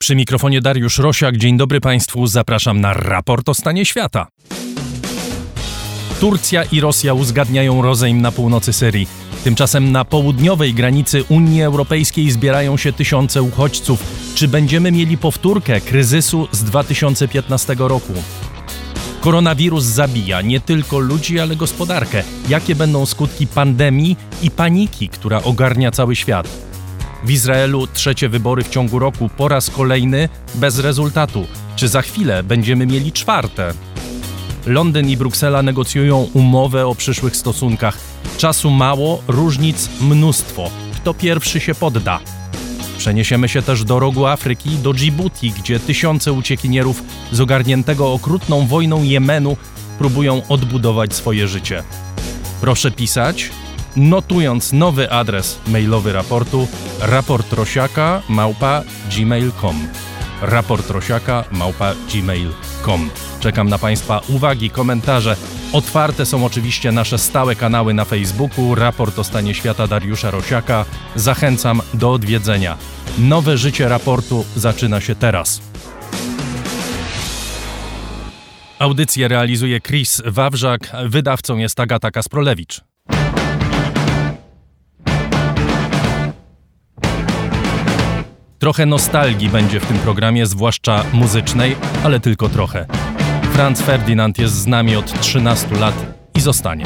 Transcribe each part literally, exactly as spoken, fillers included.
Przy mikrofonie Dariusz Rosiak. Dzień dobry Państwu, zapraszam na raport o stanie świata. Turcja i Rosja uzgadniają rozejm na północy Syrii. Tymczasem na południowej granicy Unii Europejskiej zbierają się tysiące uchodźców. Czy będziemy mieli powtórkę kryzysu z dwa tysiące piętnastego roku? Koronawirus zabija nie tylko ludzi, ale gospodarkę. Jakie będą skutki pandemii i paniki, która ogarnia cały świat? W Izraelu trzecie wybory w ciągu roku, po raz kolejny bez rezultatu. Czy za chwilę będziemy mieli czwarte? Londyn i Bruksela negocjują umowę o przyszłych stosunkach. Czasu mało, różnic mnóstwo. Kto pierwszy się podda? Przeniesiemy się też do rogu Afryki, do Dżibuti, gdzie tysiące uciekinierów z ogarniętego okrutną wojną Jemenu próbują odbudować swoje życie. Proszę pisać, notując nowy adres mailowy raportu raportrosiaka małpa gmail kropka com raportrosiaka małpa gmail kropka com. Czekam na Państwa uwagi, komentarze. Otwarte są oczywiście nasze stałe kanały na Facebooku, Raport o stanie świata Dariusza Rosiaka. Zachęcam do odwiedzenia. Nowe życie raportu zaczyna się teraz. Audycję realizuje Chris Wawrzak, wydawcą jest Agata Kasprolewicz. Trochę nostalgii będzie w tym programie, zwłaszcza muzycznej, ale tylko trochę. Franz Ferdinand jest z nami od trzynastu lat i zostanie.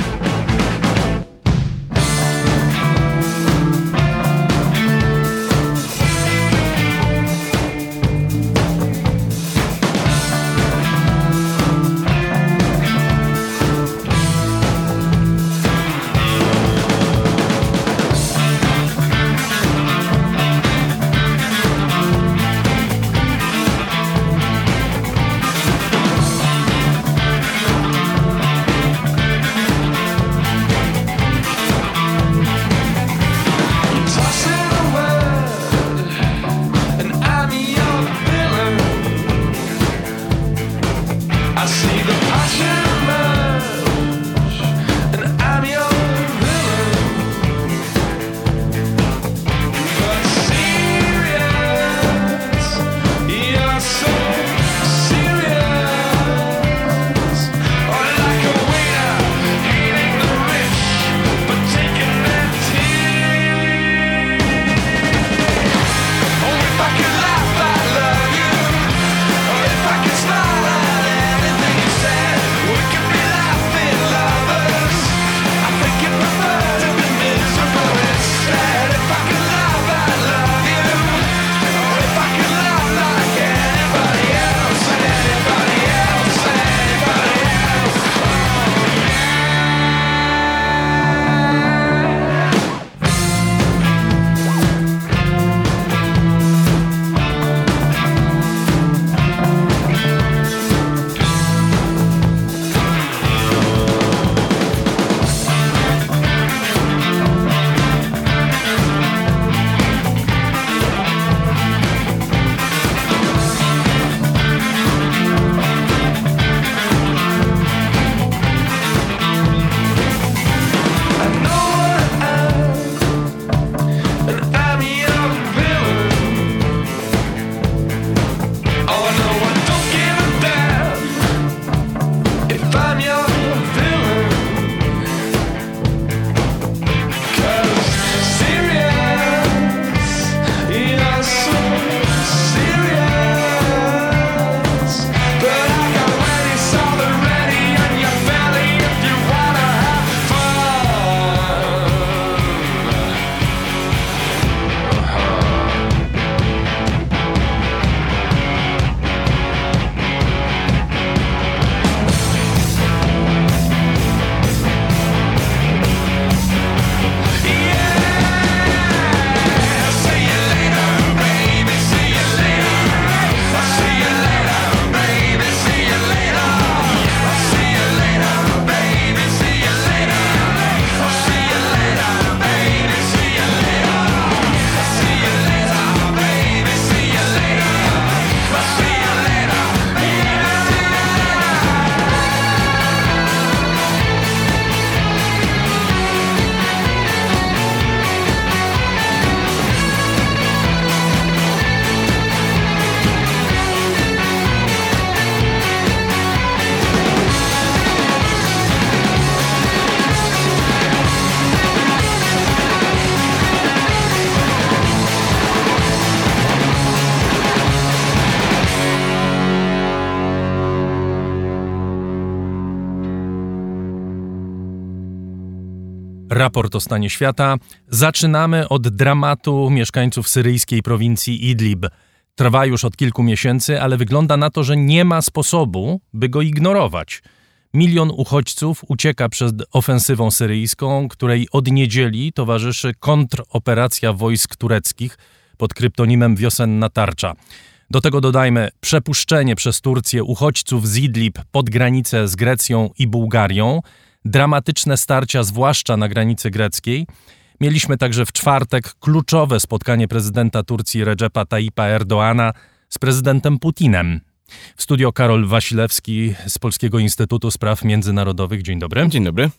Raport o stanie świata. Zaczynamy od dramatu mieszkańców syryjskiej prowincji Idlib. Trwa już od kilku miesięcy, ale wygląda na to, że nie ma sposobu, by go ignorować. Milion uchodźców ucieka przed ofensywą syryjską, której od niedzieli towarzyszy kontroperacja wojsk tureckich pod kryptonimem Wiosenna Tarcza. Do tego dodajmy przepuszczenie przez Turcję uchodźców z Idlib pod granicę z Grecją i Bułgarią, dramatyczne starcia zwłaszcza na granicy greckiej. Mieliśmy także w czwartek kluczowe spotkanie prezydenta Turcji Recepa Tayyipa Erdoğana z prezydentem Putinem. W studio Karol Wasilewski z Polskiego Instytutu Spraw Międzynarodowych. Dzień dobry. Dzień dobry.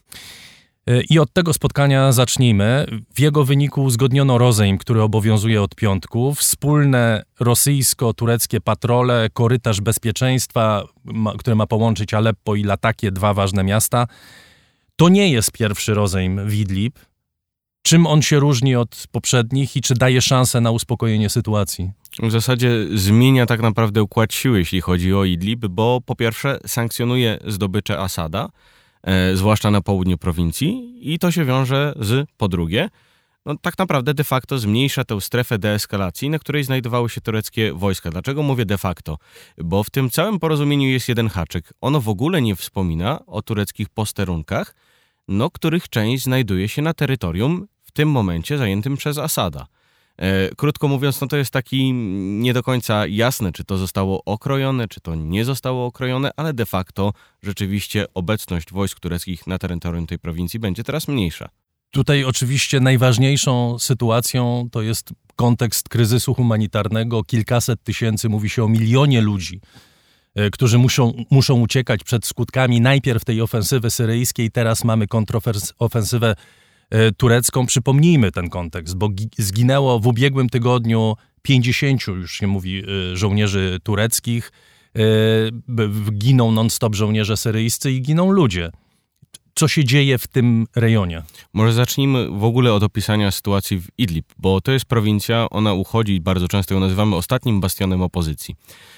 I od tego spotkania zacznijmy. W jego wyniku uzgodniono rozejm, który obowiązuje od piątku. Wspólne rosyjsko-tureckie patrole, korytarz bezpieczeństwa, które ma połączyć Aleppo i Latakię, dwa ważne miasta. To nie jest pierwszy rozejm w Idlib. Czym on się różni od poprzednich i czy daje szansę na uspokojenie sytuacji? W zasadzie zmienia tak naprawdę układ siły, jeśli chodzi o Idlib, bo po pierwsze sankcjonuje zdobycze Asada, e, zwłaszcza na południu prowincji, i to się wiąże z, po drugie, no tak naprawdę de facto zmniejsza tę strefę deeskalacji, na której znajdowały się tureckie wojska. Dlaczego mówię de facto? Bo w tym całym porozumieniu jest jeden haczyk. Ono w ogóle nie wspomina o tureckich posterunkach, no których część znajduje się na terytorium w tym momencie zajętym przez Asada. E, krótko mówiąc, no to jest taki nie do końca jasne, czy to zostało okrojone, czy to nie zostało okrojone, ale de facto rzeczywiście obecność wojsk tureckich na terytorium tej prowincji będzie teraz mniejsza. Tutaj oczywiście najważniejszą sytuacją to jest kontekst kryzysu humanitarnego. Kilkaset tysięcy, mówi się o milionie ludzi, którzy muszą, muszą uciekać przed skutkami najpierw tej ofensywy syryjskiej, teraz mamy kontrofensywę turecką. Przypomnijmy ten kontekst, bo zginęło w ubiegłym tygodniu pięćdziesięciu, już się mówi, żołnierzy tureckich, giną non-stop żołnierze syryjscy i giną ludzie. Co się dzieje w tym rejonie? Może zacznijmy w ogóle od opisania sytuacji w Idlib, bo to jest prowincja, ona uchodzi, bardzo często ją nazywamy ostatnim bastionem opozycji.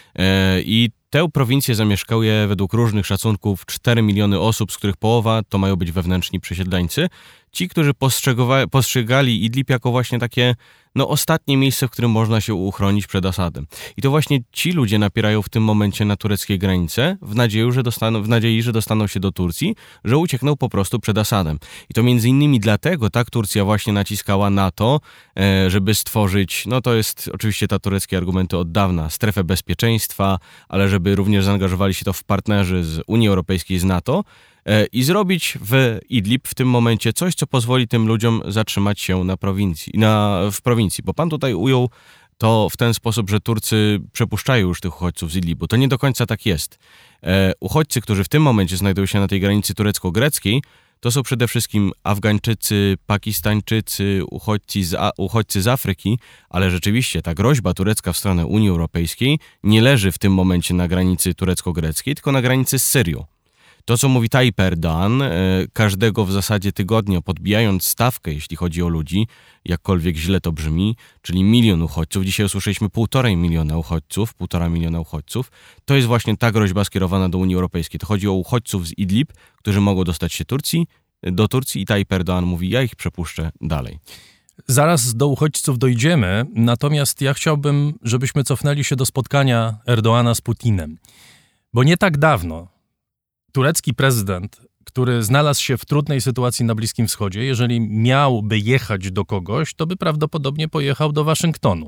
I tę prowincję zamieszkuje według różnych szacunków cztery miliony osób, z których połowa to mają być wewnętrzni przesiedleńcy. Ci, którzy postrzegali Idlib jako właśnie takie no, ostatnie miejsce, w którym można się uchronić przed Asadem. I to właśnie ci ludzie napierają w tym momencie na tureckie granice w nadziei, że dostaną, w nadziei, że dostaną się do Turcji, że uciekną po prostu przed Asadem. I to między innymi dlatego tak Turcja właśnie naciskała na to, żeby stworzyć, no to jest oczywiście ta tureckie argumenty od dawna, strefę bezpieczeństwa, ale żeby również zaangażowali się to w partnerzy z Unii Europejskiej, z NATO, i zrobić w Idlib w tym momencie coś, co pozwoli tym ludziom zatrzymać się na prowincji, na, w prowincji. Bo pan tutaj ujął to w ten sposób, że Turcy przepuszczają już tych uchodźców z Idlibu. To nie do końca tak jest. E, uchodźcy, którzy w tym momencie znajdują się na tej granicy turecko-greckiej, to są przede wszystkim Afgańczycy, Pakistańczycy, uchodźcy z, uchodźcy z Afryki, ale rzeczywiście ta groźba turecka w stronę Unii Europejskiej nie leży w tym momencie na granicy turecko-greckiej, tylko na granicy z Syrią. To, co mówi Tayyip Erdoğan, każdego w zasadzie tygodnia podbijając stawkę, jeśli chodzi o ludzi, jakkolwiek źle to brzmi, czyli milion uchodźców. Dzisiaj usłyszeliśmy półtorej miliona uchodźców, półtora miliona uchodźców. To jest właśnie ta groźba skierowana do Unii Europejskiej. To chodzi o uchodźców z Idlib, którzy mogą dostać się Turcji, do Turcji i Tayyip Erdoğan mówi, ja ich przepuszczę dalej. Zaraz do uchodźców dojdziemy, natomiast ja chciałbym, żebyśmy cofnęli się do spotkania Erdoğana z Putinem. Bo nie tak dawno turecki prezydent, który znalazł się w trudnej sytuacji na Bliskim Wschodzie, jeżeli miałby jechać do kogoś, to by prawdopodobnie pojechał do Waszyngtonu.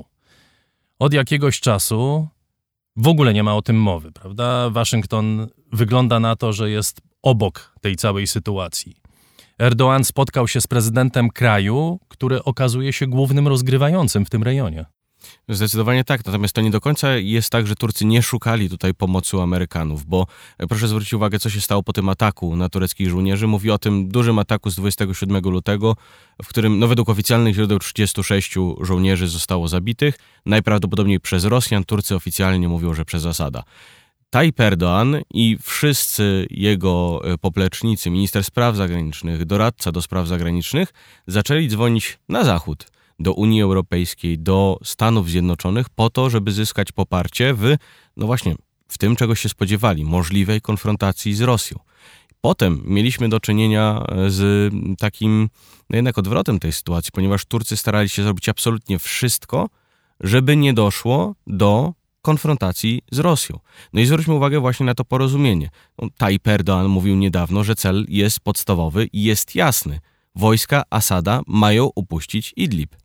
Od jakiegoś czasu w ogóle nie ma o tym mowy, prawda? Waszyngton wygląda na to, że jest obok tej całej sytuacji. Erdoğan spotkał się z prezydentem kraju, który okazuje się głównym rozgrywającym w tym rejonie. Zdecydowanie tak, natomiast to nie do końca jest tak, że Turcy nie szukali tutaj pomocy u Amerykanów, bo proszę zwrócić uwagę, co się stało po tym ataku na tureckich żołnierzy. Mówi o tym dużym ataku z dwudziestego siódmego lutego, w którym no, według oficjalnych źródeł trzydziestu sześciu żołnierzy zostało zabitych, najprawdopodobniej przez Rosjan. Turcy oficjalnie mówią, że przez Asada. Tayyip Erdoğan i wszyscy jego poplecznicy, minister spraw zagranicznych, doradca do spraw zagranicznych, zaczęli dzwonić na zachód, do Unii Europejskiej, do Stanów Zjednoczonych po to, żeby zyskać poparcie w, no właśnie, w tym, czego się spodziewali, możliwej konfrontacji z Rosją. Potem mieliśmy do czynienia z takim no jednak odwrotem tej sytuacji, ponieważ Turcy starali się zrobić absolutnie wszystko, żeby nie doszło do konfrontacji z Rosją. No i zwróćmy uwagę właśnie na to porozumienie. No, Tayyip Erdoğan mówił niedawno, że cel jest podstawowy i jest jasny. Wojska Asada mają opuścić Idlib.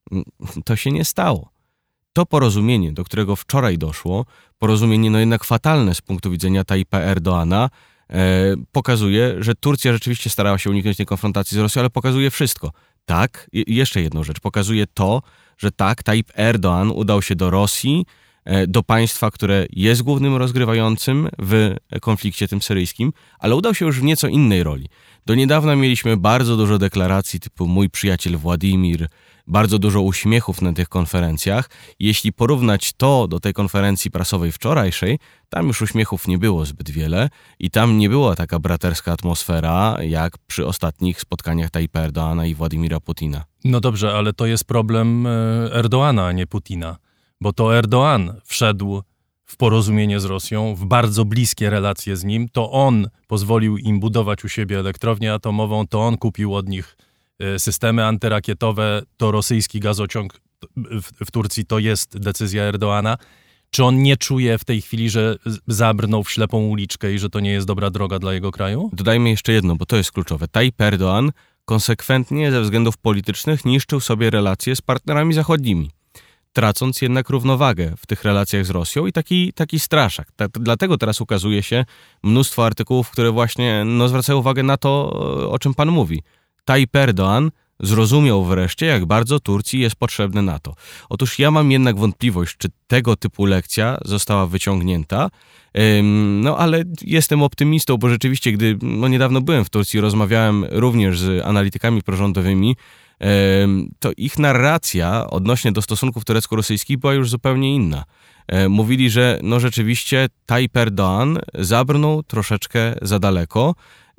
To się nie stało. To porozumienie, do którego wczoraj doszło, porozumienie no jednak fatalne z punktu widzenia Tayyipa Erdoğana, e, pokazuje, że Turcja rzeczywiście starała się uniknąć tej konfrontacji z Rosją, ale pokazuje wszystko. Tak, i jeszcze jedną rzecz, pokazuje to, że tak, Tayyip Erdoğan udał się do Rosji, e, do państwa, które jest głównym rozgrywającym w konflikcie tym syryjskim, ale udał się już w nieco innej roli. Do niedawna mieliśmy bardzo dużo deklaracji typu mój przyjaciel Władimir, bardzo dużo uśmiechów na tych konferencjach. Jeśli porównać to do tej konferencji prasowej wczorajszej, tam już uśmiechów nie było zbyt wiele i tam nie była taka braterska atmosfera, jak przy ostatnich spotkaniach Tayyipa Erdoğana i Władimira Putina. No dobrze, ale to jest problem Erdoğana, a nie Putina, bo to Erdoğan wszedł w porozumienie z Rosją, w bardzo bliskie relacje z nim, to on pozwolił im budować u siebie elektrownię atomową, to on kupił od nich systemy antyrakietowe, to rosyjski gazociąg w, w Turcji to jest decyzja Erdoğana. Czy on nie czuje w tej chwili, że zabrnął w ślepą uliczkę i że to nie jest dobra droga dla jego kraju? Dodajmy jeszcze jedno, bo to jest kluczowe. Tayyip Erdoğan konsekwentnie ze względów politycznych niszczył sobie relacje z partnerami zachodnimi, tracąc jednak równowagę w tych relacjach z Rosją i taki, taki straszak. Ta, dlatego teraz ukazuje się mnóstwo artykułów, które właśnie no, zwracają uwagę na to, o czym pan mówi. Tayyip Erdoğan zrozumiał wreszcie, jak bardzo Turcji jest potrzebne NATO. Otóż ja mam jednak wątpliwość, czy tego typu lekcja została wyciągnięta, no ale jestem optymistą, bo rzeczywiście, gdy no, niedawno byłem w Turcji, rozmawiałem również z analitykami prorządowymi, to ich narracja odnośnie do stosunków turecko-rosyjskich była już zupełnie inna. Mówili, że no rzeczywiście Tayyip Erdoğan zabrnął troszeczkę za daleko,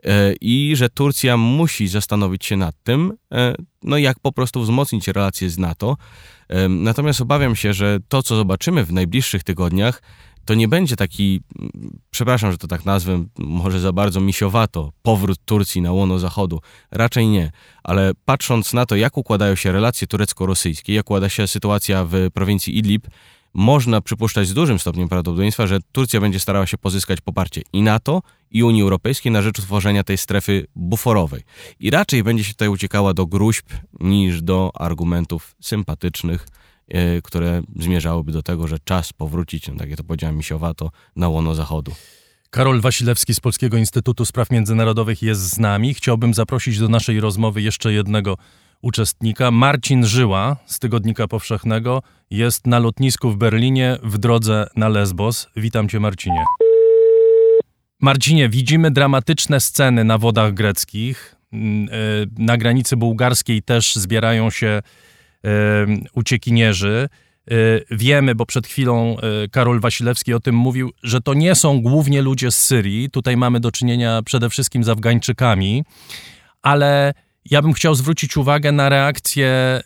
i że Turcja musi zastanowić się nad tym, no jak po prostu wzmocnić relacje z NATO. Natomiast obawiam się, że to, co zobaczymy w najbliższych tygodniach, to nie będzie taki, przepraszam, że to tak nazwę, może za bardzo misiowato, powrót Turcji na łono Zachodu. Raczej nie, ale patrząc na to, jak układają się relacje turecko-rosyjskie, jak układa się sytuacja w prowincji Idlib, można przypuszczać z dużym stopniem prawdopodobieństwa, że Turcja będzie starała się pozyskać poparcie i NATO, i Unii Europejskiej na rzecz utworzenia tej strefy buforowej. I raczej będzie się tutaj uciekała do gróźb niż do argumentów sympatycznych, yy, które zmierzałyby do tego, że czas powrócić, no, tak jak to powiedziałem, misiowato, na łono Zachodu. Karol Wasilewski z Polskiego Instytutu Spraw Międzynarodowych jest z nami. Chciałbym zaprosić do naszej rozmowy jeszcze jednego uczestnika. Marcin Żyła z Tygodnika Powszechnego jest na lotnisku w Berlinie w drodze na Lesbos. Witam cię, Marcinie. Marcinie, widzimy dramatyczne sceny na wodach greckich. Na granicy bułgarskiej też zbierają się uciekinierzy. Wiemy, bo przed chwilą Karol Wasilewski o tym mówił, że to nie są głównie ludzie z Syrii. Tutaj mamy do czynienia przede wszystkim z Afgańczykami, ale ja bym chciał zwrócić uwagę na reakcję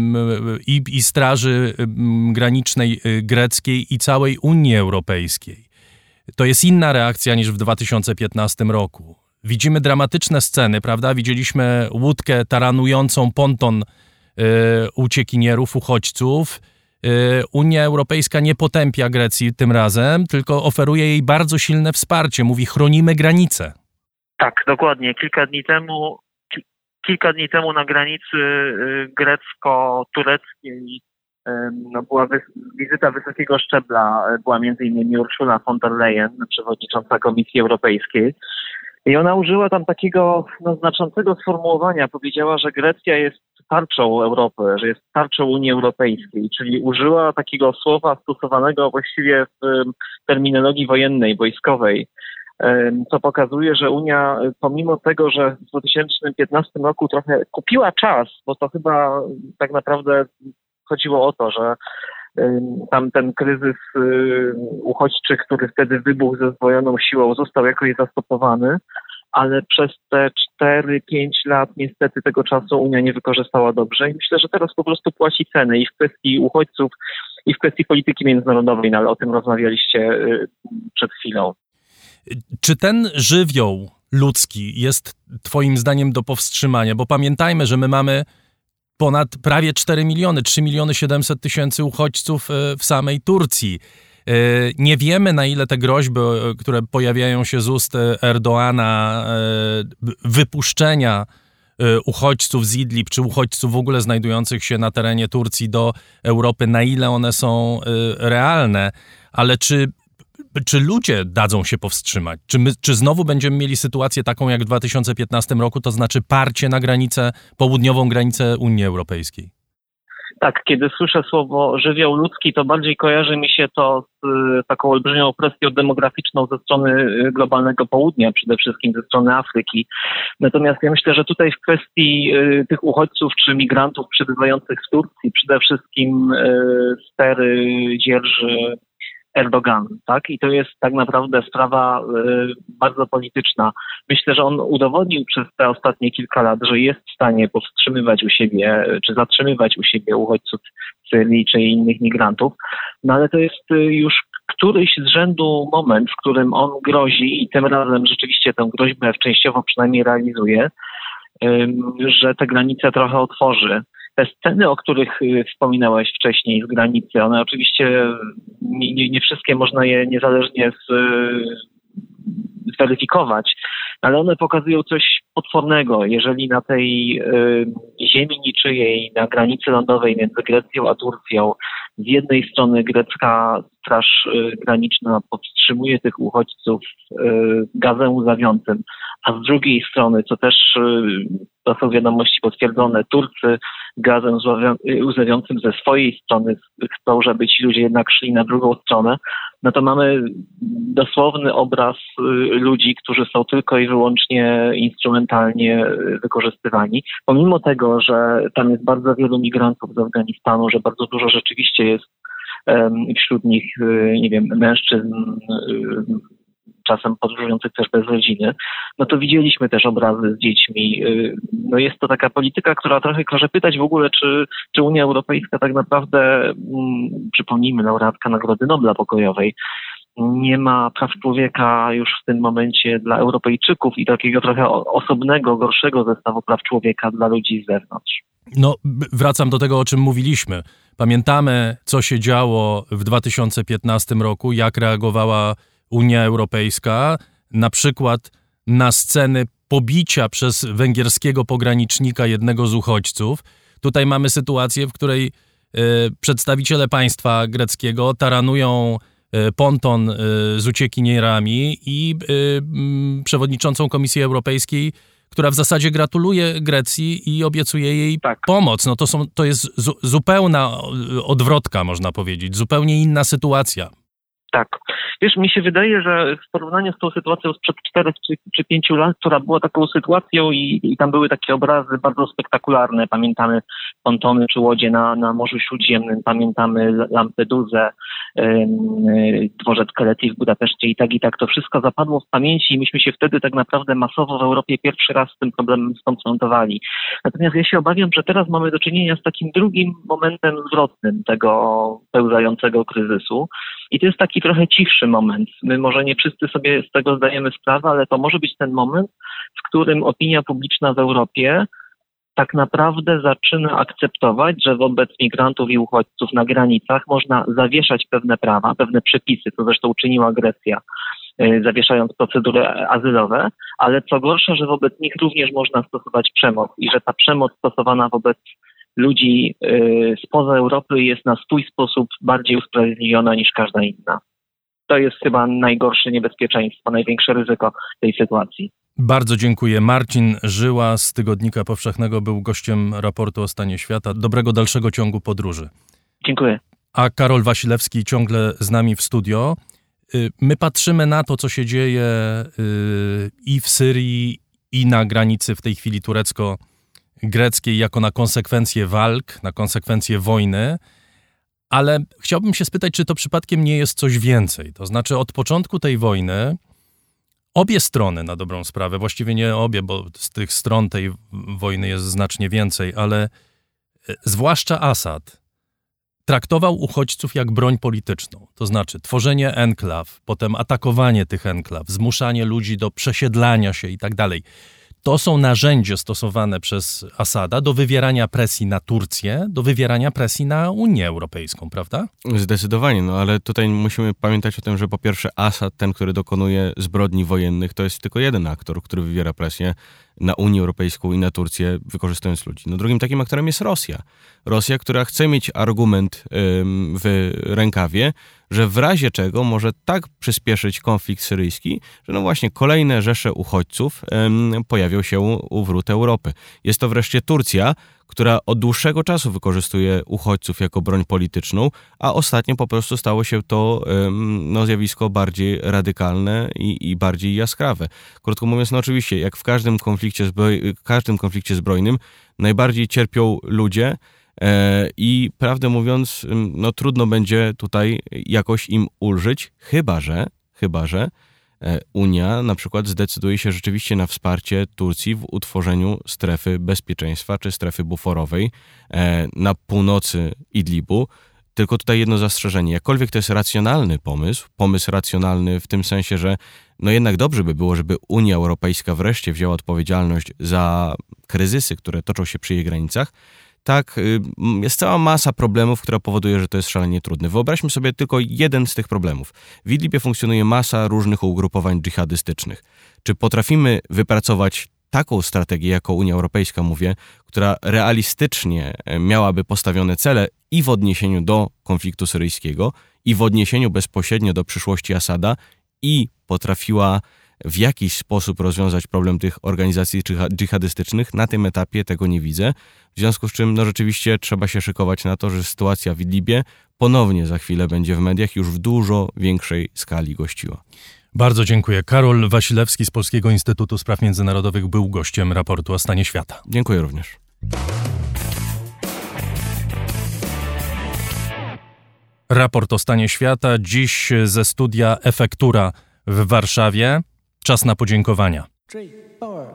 i, i Straży Granicznej greckiej i całej Unii Europejskiej. To jest inna reakcja niż w dwa tysiące piętnastym roku. Widzimy dramatyczne sceny, prawda? Widzieliśmy łódkę taranującą ponton y, uciekinierów, uchodźców. Y, Unia Europejska nie potępia Grecji tym razem, tylko oferuje jej bardzo silne wsparcie. Mówi, chronimy granice. Tak, dokładnie. Kilka dni temu Kilka dni temu na granicy grecko-tureckiej no, była wy- wizyta wysokiego szczebla, była między innymi Ursula von der Leyen, przewodnicząca Komisji Europejskiej. I ona użyła tam takiego no, znaczącego sformułowania. Powiedziała, że Grecja jest tarczą Europy, że jest tarczą Unii Europejskiej, czyli użyła takiego słowa stosowanego właściwie w terminologii wojennej, wojskowej, co pokazuje, że Unia, pomimo tego, że w dwa tysiące piętnastym roku trochę kupiła czas, bo to chyba tak naprawdę chodziło o to, że tam ten kryzys uchodźczy, który wtedy wybuchł ze zdwojoną siłą, został jakoś zastopowany, ale przez te cztery pięć lat niestety tego czasu Unia nie wykorzystała dobrze i myślę, że teraz po prostu płaci cenę i w kwestii uchodźców, i w kwestii polityki międzynarodowej, no ale o tym rozmawialiście przed chwilą. Czy ten żywioł ludzki jest twoim zdaniem do powstrzymania? Bo pamiętajmy, że my mamy ponad prawie cztery miliony, trzy miliony siedemset tysięcy uchodźców w samej Turcji. Nie wiemy, na ile te groźby, które pojawiają się z ust Erdoana, wypuszczenia uchodźców z Idlib, czy uchodźców w ogóle znajdujących się na terenie Turcji do Europy, na ile one są realne, ale czy, czy ludzie dadzą się powstrzymać? Czy, my, czy znowu będziemy mieli sytuację taką jak w dwa tysiące piętnastym roku, to znaczy parcie na granicę, południową granicę Unii Europejskiej? Tak, kiedy słyszę słowo żywioł ludzki, to bardziej kojarzy mi się to z taką olbrzymią presją demograficzną ze strony globalnego południa, przede wszystkim ze strony Afryki. Natomiast ja myślę, że tutaj w kwestii tych uchodźców czy migrantów przybywających z Turcji przede wszystkim stery dzierży Erdogan, tak? I to jest tak naprawdę sprawa y, bardzo polityczna. Myślę, że on udowodnił przez te ostatnie kilka lat, że jest w stanie powstrzymywać u siebie, czy zatrzymywać u siebie uchodźców z Syrii czy innych migrantów, no ale to jest y, już któryś z rzędu moment, w którym on grozi i tym razem rzeczywiście tę groźbę częściowo przynajmniej realizuje, y, że te granice trochę otworzy. Te sceny, o których wspominałeś wcześniej z granicy, one oczywiście nie, nie, nie wszystkie można je niezależnie z, zweryfikować, ale one pokazują coś potwornego. Jeżeli na tej y, ziemi niczyjej, na granicy lądowej między Grecją a Turcją, z jednej strony grecka straż y, graniczna powstrzymuje tych uchodźców y, gazem łzawiącym, a z drugiej strony, co też y, to są wiadomości potwierdzone, Turcy gazem łzawiącym ze swojej strony chcą, żeby ci ludzie jednak szli na drugą stronę, no to mamy dosłowny obraz ludzi, którzy są tylko i wyłącznie instrumentalnie wykorzystywani. Pomimo tego, że tam jest bardzo wielu migrantów z Afganistanu, że bardzo dużo rzeczywiście jest wśród nich, nie wiem, mężczyzn, czasem podróżujących też bez rodziny, no to widzieliśmy też obrazy z dziećmi. No jest to taka polityka, która trochę każe pytać w ogóle, czy, czy Unia Europejska tak naprawdę, hmm, przypomnijmy, laureatka Nagrody Nobla Pokojowej, nie ma praw człowieka już w tym momencie dla Europejczyków i takiego trochę osobnego, gorszego zestawu praw człowieka dla ludzi z zewnątrz. No, wracam do tego, o czym mówiliśmy. Pamiętamy, co się działo w dwa tysiące piętnastym roku, jak reagowała Unia Europejska, na przykład na sceny pobicia przez węgierskiego pogranicznika jednego z uchodźców. Tutaj mamy sytuację, w której y, przedstawiciele państwa greckiego taranują y, ponton y, z uciekinierami i y, y, przewodniczącą Komisji Europejskiej, która w zasadzie gratuluje Grecji i obiecuje jej tak. pomoc. No to, są, to jest zu, zupełna odwrotka, można powiedzieć, zupełnie inna sytuacja. Tak. Wiesz, mi się wydaje, że w porównaniu z tą sytuacją sprzed czterech czy, czy pięciu lat, która była taką sytuacją i, i tam były takie obrazy bardzo spektakularne. Pamiętamy pontony czy łodzie na, na Morzu Śródziemnym, pamiętamy Lampedusę, yy, dworzec Keleti w Budapeszcie i tak i tak. To wszystko zapadło w pamięci i myśmy się wtedy tak naprawdę masowo w Europie pierwszy raz z tym problemem skonfrontowali. Natomiast ja się obawiam, że teraz mamy do czynienia z takim drugim momentem zwrotnym tego pełzającego kryzysu. I to jest taki trochę cichszy moment. My może nie wszyscy sobie z tego zdajemy sprawę, ale to może być ten moment, w którym opinia publiczna w Europie tak naprawdę zaczyna akceptować, że wobec migrantów i uchodźców na granicach można zawieszać pewne prawa, pewne przepisy, co zresztą uczyniła Grecja, zawieszając procedury azylowe, ale co gorsza, że wobec nich również można stosować przemoc i że ta przemoc stosowana wobec ludzi y, spoza Europy jest na swój sposób bardziej usprawiedliwiona niż każda inna. To jest chyba najgorsze niebezpieczeństwo, największe ryzyko tej sytuacji. Bardzo dziękuję. Marcin Żyła z Tygodnika Powszechnego był gościem raportu o stanie świata. Dobrego dalszego ciągu podróży. Dziękuję. A Karol Wasilewski ciągle z nami w studio. My patrzymy na to, co się dzieje i w Syrii, i na granicy w tej chwili turecko-greckiej jako na konsekwencje walk, na konsekwencje wojny, ale chciałbym się spytać, czy to przypadkiem nie jest coś więcej. To znaczy od początku tej wojny obie strony na dobrą sprawę, właściwie nie obie, bo z tych stron tej wojny jest znacznie więcej, ale zwłaszcza Asad traktował uchodźców jak broń polityczną, to znaczy tworzenie enklaw, potem atakowanie tych enklaw, zmuszanie ludzi do przesiedlania się i tak dalej. To są narzędzia stosowane przez Asada do wywierania presji na Turcję, do wywierania presji na Unię Europejską, prawda? Zdecydowanie, no ale tutaj musimy pamiętać o tym, że po pierwsze Asad, ten, który dokonuje zbrodni wojennych, to jest tylko jeden aktor, który wywiera presję na Unię Europejską i na Turcję, wykorzystując ludzi. No drugim takim aktorem jest Rosja. Rosja, która chce mieć argument ym, w rękawie, że w razie czego może tak przyspieszyć konflikt syryjski, że no właśnie kolejne rzesze uchodźców ym, pojawią się u wrót Europy. Jest to wreszcie Turcja, która od dłuższego czasu wykorzystuje uchodźców jako broń polityczną, a ostatnio po prostu stało się to ym, no, zjawisko bardziej radykalne i, i bardziej jaskrawe. Krótko mówiąc, no oczywiście, jak w każdym konflikcie, zbroj- każdym konflikcie zbrojnym, najbardziej cierpią ludzie, e, i prawdę mówiąc, no trudno będzie tutaj jakoś im ulżyć, chyba że, chyba że Unia na przykład zdecyduje się rzeczywiście na wsparcie Turcji w utworzeniu strefy bezpieczeństwa czy strefy buforowej na północy Idlibu. Tylko tutaj jedno zastrzeżenie. Jakkolwiek to jest racjonalny pomysł, pomysł racjonalny w tym sensie, że no jednak dobrze by było, żeby Unia Europejska wreszcie wzięła odpowiedzialność za kryzysy, które toczą się przy jej granicach, tak, jest cała masa problemów, która powoduje, że to jest szalenie trudne. Wyobraźmy sobie tylko jeden z tych problemów. W Idlibie funkcjonuje masa różnych ugrupowań dżihadystycznych. Czy potrafimy wypracować taką strategię, jako Unia Europejska mówię, która realistycznie miałaby postawione cele i w odniesieniu do konfliktu syryjskiego, i w odniesieniu bezpośrednio do przyszłości Asada, i potrafiła w jakiś sposób rozwiązać problem tych organizacji dżihadystycznych? Na tym etapie tego nie widzę. W związku z czym no rzeczywiście trzeba się szykować na to, że sytuacja w Idlibie ponownie za chwilę będzie w mediach już w dużo większej skali gościła. Bardzo dziękuję. Karol Wasilewski z Polskiego Instytutu Spraw Międzynarodowych był gościem raportu o stanie świata. Dziękuję również. Raport o stanie świata dziś ze studia Efektura w Warszawie. Czas na podziękowania. Three, four.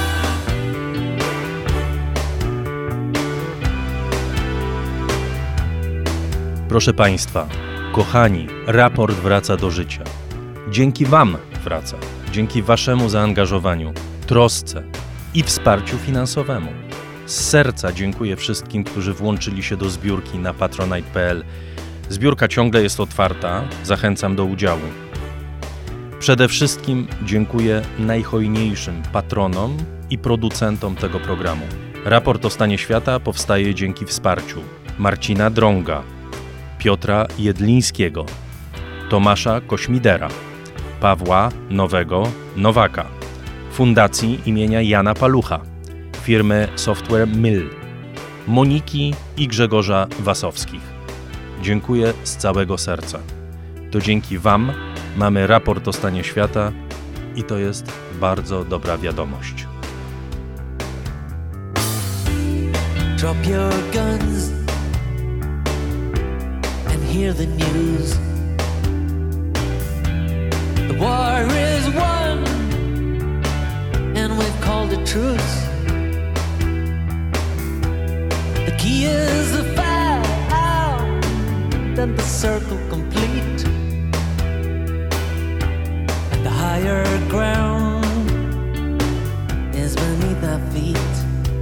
Proszę Państwa, kochani, raport wraca do życia. Dzięki Wam wraca. Dzięki Waszemu zaangażowaniu, trosce i wsparciu finansowemu. Z serca dziękuję wszystkim, którzy włączyli się do zbiórki na patronite kropka p l. Zbiórka ciągle jest otwarta. Zachęcam do udziału. Przede wszystkim dziękuję najhojniejszym patronom i producentom tego programu. Raport o stanie świata powstaje dzięki wsparciu Marcina Drąga, Piotra Jedlińskiego, Tomasza Kośmidera, Pawła Nowego Nowaka, Fundacji imienia Jana Palucha, firmy Software Mill, Moniki i Grzegorza Wasowskich. Dziękuję z całego serca. To dzięki Wam mamy raport o stanie świata i to jest bardzo dobra wiadomość. Drop your guns and hear the news. The war is won and we've called a truce. The key is the fight and the circle complete. And the higher ground is beneath our feet.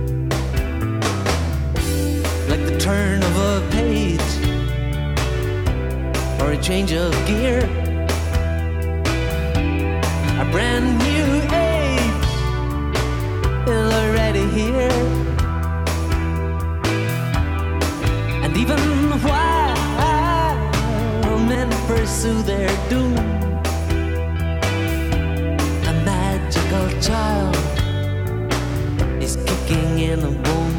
Like the turn of a page or a change of gear, a brand new age is already here. And even while men pursue their doom, a magical child is kicking in a womb.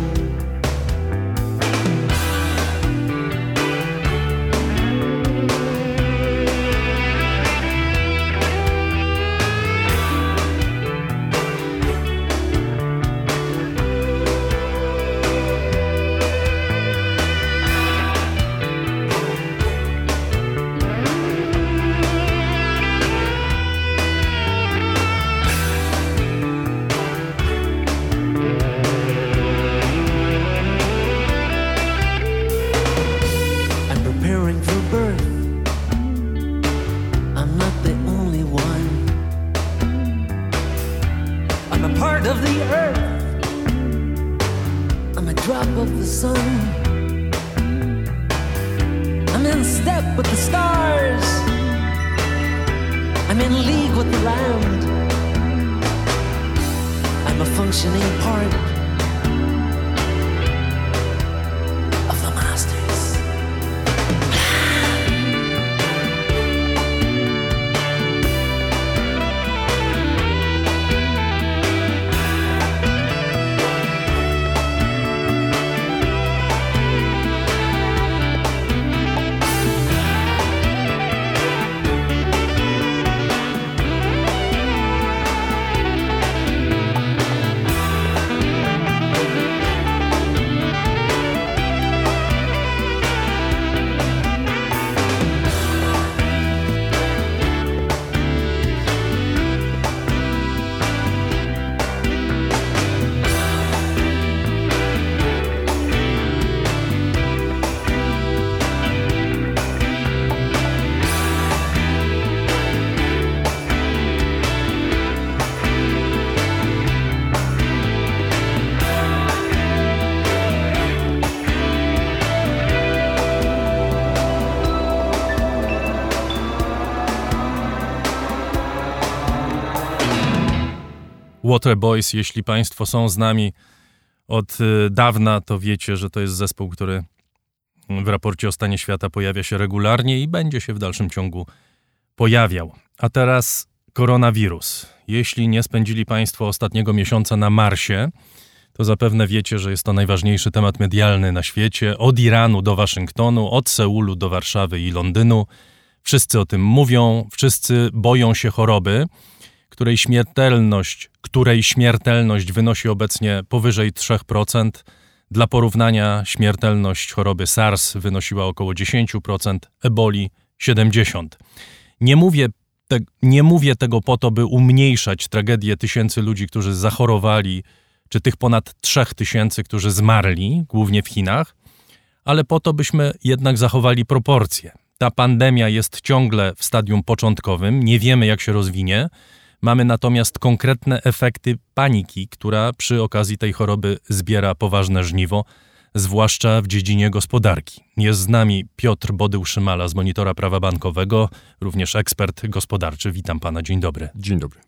sun. I'm in step with the stars. I'm in league with the land. I'm a functioning part of the masters. Waterboys, jeśli Państwo są z nami od dawna, to wiecie, że to jest zespół, który w raporcie o stanie świata pojawia się regularnie i będzie się w dalszym ciągu pojawiał. A teraz koronawirus. Jeśli nie spędzili Państwo ostatniego miesiąca na Marsie, to zapewne wiecie, że jest to najważniejszy temat medialny na świecie. Od Iranu do Waszyngtonu, od Seulu do Warszawy i Londynu. Wszyscy o tym mówią, wszyscy boją się choroby, której śmiertelność, której śmiertelność wynosi obecnie powyżej trzy procent. Dla porównania śmiertelność choroby SARS wynosiła około dziesięć procent, eboli siedemdziesiąt procent. Nie mówię, te, nie mówię tego po to, by umniejszać tragedię tysięcy ludzi, którzy zachorowali, czy tych ponad trzech tysięcy, którzy zmarli, głównie w Chinach, ale po to, byśmy jednak zachowali proporcje. Ta pandemia jest ciągle w stadium początkowym, nie wiemy, jak się rozwinie. Mamy natomiast konkretne efekty paniki, która przy okazji tej choroby zbiera poważne żniwo, zwłaszcza w dziedzinie gospodarki. Jest z nami Piotr Bodył-Szymala z Monitora Prawa Bankowego, również ekspert gospodarczy. Witam pana, dzień dobry. Dzień dobry.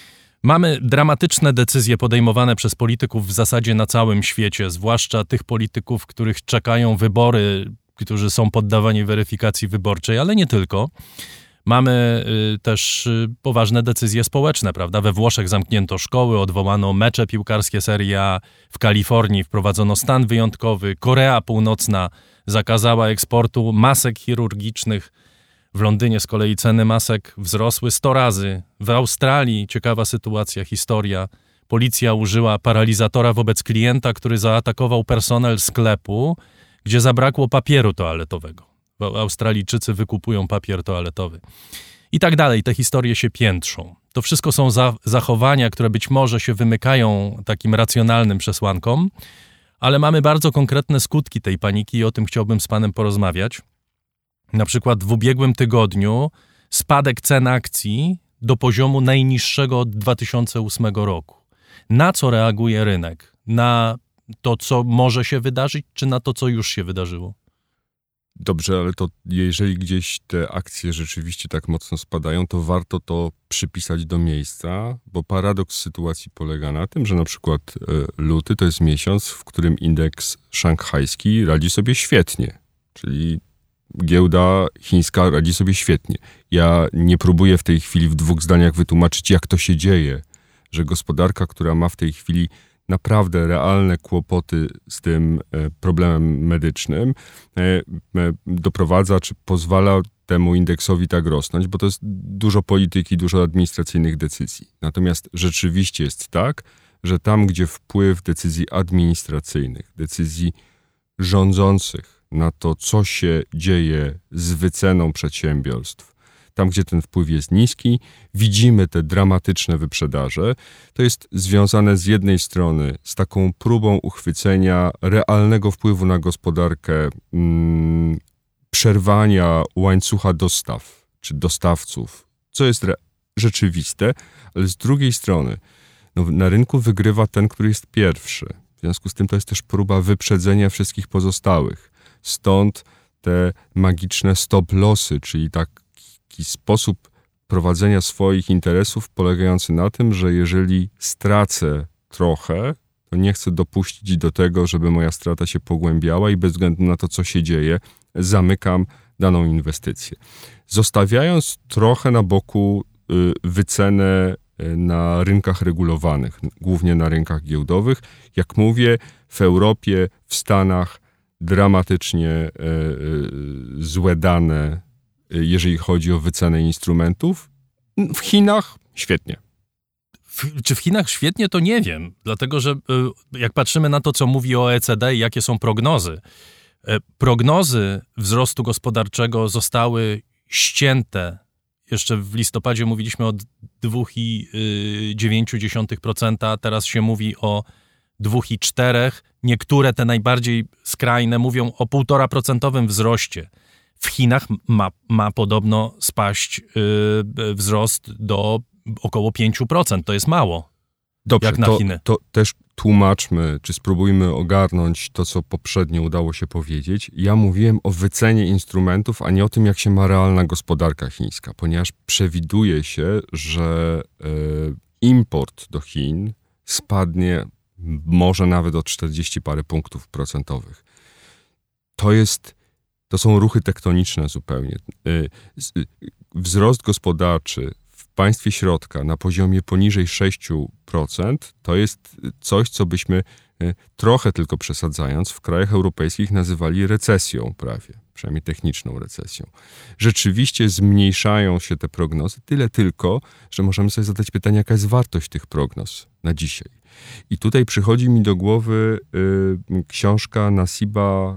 Mamy dramatyczne decyzje podejmowane przez polityków w zasadzie na całym świecie, zwłaszcza tych polityków, których czekają wybory, którzy są poddawani weryfikacji wyborczej, ale nie tylko. Mamy y, też y, poważne decyzje społeczne, prawda? We Włoszech zamknięto szkoły, odwołano mecze piłkarskie Serie A, w Kalifornii wprowadzono stan wyjątkowy, Korea Północna zakazała eksportu masek chirurgicznych, w Londynie z kolei ceny masek wzrosły sto razy, w Australii ciekawa sytuacja, historia, policja użyła paralizatora wobec klienta, który zaatakował personel sklepu, gdzie zabrakło papieru toaletowego. Australijczycy wykupują papier toaletowy. I tak dalej. Te historie się piętrzą. To wszystko są za- zachowania, które być może się wymykają takim racjonalnym przesłankom, ale mamy bardzo konkretne skutki tej paniki i o tym chciałbym z panem porozmawiać. Na przykład w ubiegłym tygodniu spadek cen akcji do poziomu najniższego od dwa tysiące ósmego roku. Na co reaguje rynek? Na to, co może się wydarzyć, czy na to, co już się wydarzyło? Dobrze, ale to jeżeli gdzieś te akcje rzeczywiście tak mocno spadają, to warto to przypisać do miejsca, bo paradoks sytuacji polega na tym, że na przykład luty to jest miesiąc, w którym indeks szanghajski radzi sobie świetnie, czyli giełda chińska radzi sobie świetnie. Ja nie próbuję w tej chwili w dwóch zdaniach wytłumaczyć, jak to się dzieje, że gospodarka, która ma w tej chwili naprawdę realne kłopoty z tym problemem medycznym, doprowadza czy pozwala temu indeksowi tak rosnąć, bo to jest dużo polityki, dużo administracyjnych decyzji. Natomiast rzeczywiście jest tak, że tam, gdzie wpływ decyzji administracyjnych, decyzji rządzących na to, co się dzieje z wyceną przedsiębiorstw, tam, gdzie ten wpływ jest niski, widzimy te dramatyczne wyprzedaże. To jest związane z jednej strony z taką próbą uchwycenia realnego wpływu na gospodarkę, mm, przerwania łańcucha dostaw, czy dostawców, co jest re- rzeczywiste, ale z drugiej strony no, na rynku wygrywa ten, który jest pierwszy. W związku z tym to jest też próba wyprzedzenia wszystkich pozostałych. Stąd te magiczne stop-lossy, czyli taki sposób prowadzenia swoich interesów polegający na tym, że jeżeli stracę trochę, to nie chcę dopuścić do tego, żeby moja strata się pogłębiała i bez względu na to, co się dzieje, zamykam daną inwestycję. Zostawiając trochę na boku y, wycenę y, na rynkach regulowanych, głównie na rynkach giełdowych. Jak mówię, w Europie, w Stanach dramatycznie y, y, złe dane, y, jeżeli chodzi o wycenę instrumentów. W Chinach świetnie. W, czy w Chinach świetnie, to nie wiem, dlatego że y, jak patrzymy na to, co mówi O E C D i jakie są prognozy, y, prognozy wzrostu gospodarczego zostały ścięte. Jeszcze w listopadzie mówiliśmy o dwa przecinek dziewięć procent, teraz się mówi o dwa przecinek cztery procent. Niektóre, te najbardziej skrajne, mówią o półtora procentowym wzroście. W Chinach ma, ma podobno spaść y, wzrost do około pięć procent. To jest mało. Dobrze, jak na to, Chiny. to też tłumaczmy, czy spróbujmy ogarnąć to, co poprzednio udało się powiedzieć. Ja mówiłem o wycenie instrumentów, a nie o tym, jak się ma realna gospodarka chińska, ponieważ przewiduje się, że y, import do Chin spadnie może nawet o czterdzieści parę punktów procentowych. To jest, to są ruchy tektoniczne zupełnie. Y, y, wzrost gospodarczy w państwie środka na poziomie poniżej sześć procent to jest coś, co byśmy trochę tylko przesadzając w krajach europejskich nazywali recesją prawie, przynajmniej techniczną recesją. Rzeczywiście zmniejszają się te prognozy, tyle tylko, że możemy sobie zadać pytanie, jaka jest wartość tych prognoz na dzisiaj. I tutaj przychodzi mi do głowy y, książka Nasiba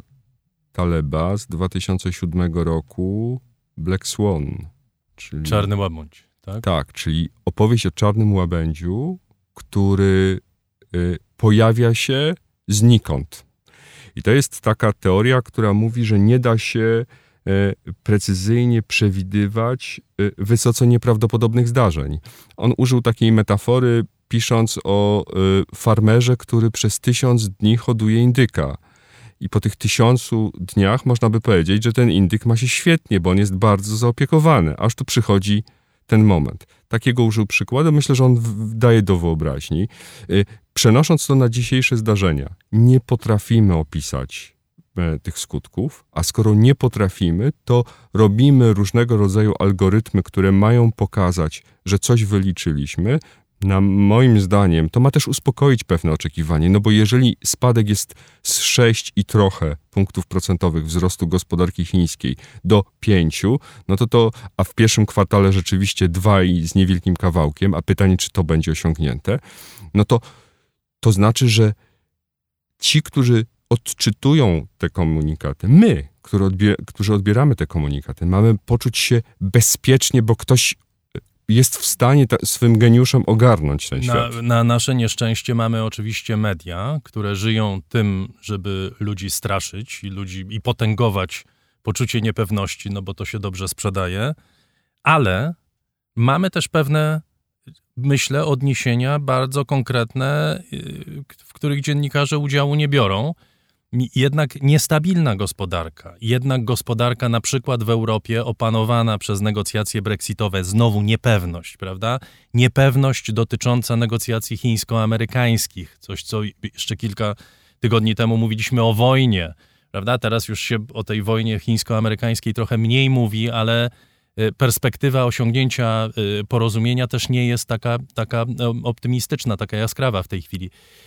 Taleba z dwa tysiące siódmego roku, Black Swan. Czyli... Czarny łabędź. Tak? Tak, czyli opowieść o czarnym łabędziu, który y, pojawia się znikąd. I to jest taka teoria, która mówi, że nie da się y, precyzyjnie przewidywać y, wysoce nieprawdopodobnych zdarzeń. On użył takiej metafory, pisząc o y, farmerze, który przez tysiąc dni hoduje indyka. I po tych tysiącu dniach można by powiedzieć, że ten indyk ma się świetnie, bo on jest bardzo zaopiekowany, aż tu przychodzi ten moment. Takiego użył przykładu, myślę, że on w- daje do wyobraźni. Yy, przenosząc to na dzisiejsze zdarzenia, nie potrafimy opisać e, tych skutków, a skoro nie potrafimy, to robimy różnego rodzaju algorytmy, które mają pokazać, że coś wyliczyliśmy. Na moim zdaniem to ma też uspokoić pewne oczekiwanie, no bo jeżeli spadek jest z sześć i trochę punktów procentowych wzrostu gospodarki chińskiej do pięciu, no to to, a w pierwszym kwartale rzeczywiście dwa i z niewielkim kawałkiem, a pytanie, czy to będzie osiągnięte, no to to znaczy, że ci, którzy odczytują te komunikaty, my, którzy, odbier- którzy odbieramy te komunikaty, mamy poczuć się bezpiecznie, bo ktoś jest w stanie ta, swym geniuszem ogarnąć ten świat. Na, na nasze nieszczęście mamy oczywiście media, które żyją tym, żeby ludzi straszyć i ludzi i potęgować poczucie niepewności, no bo to się dobrze sprzedaje, ale mamy też pewne, myślę, odniesienia bardzo konkretne, w których dziennikarze udziału nie biorą. Jednak niestabilna gospodarka, jednak gospodarka na przykład w Europie opanowana przez negocjacje brexitowe, znowu niepewność, prawda? Niepewność dotycząca negocjacji chińsko-amerykańskich, coś co jeszcze kilka tygodni temu mówiliśmy o wojnie, prawda? Teraz już się o tej wojnie chińsko-amerykańskiej trochę mniej mówi, ale perspektywa osiągnięcia porozumienia też nie jest taka, taka optymistyczna, taka jaskrawa w tej chwili.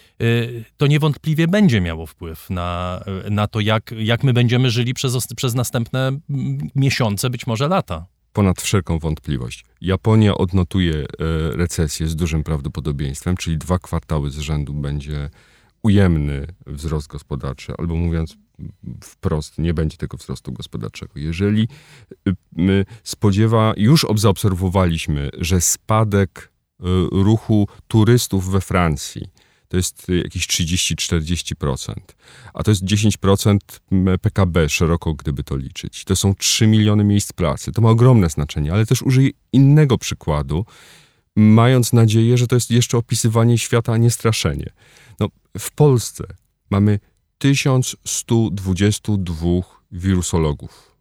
To niewątpliwie będzie miało wpływ na, na to, jak, jak my będziemy żyli przez, przez następne miesiące, być może lata. Ponad wszelką wątpliwość. Japonia odnotuje e, recesję z dużym prawdopodobieństwem, czyli dwa kwartały z rzędu będzie ujemny wzrost gospodarczy, albo mówiąc wprost, nie będzie tego wzrostu gospodarczego. Jeżeli my spodziewa, już zaobserwowaliśmy, że spadek e, ruchu turystów we Francji to jest jakieś trzydzieści do czterdziestu procent, a to jest dziesięć procent P K B szeroko, gdyby to liczyć. To są trzy miliony miejsc pracy. To ma ogromne znaczenie, ale też użyję innego przykładu. mając nadzieję, że to jest jeszcze opisywanie świata, a nie straszenie. No, w Polsce mamy tysiąc sto dwadzieścia dwa wirusologów.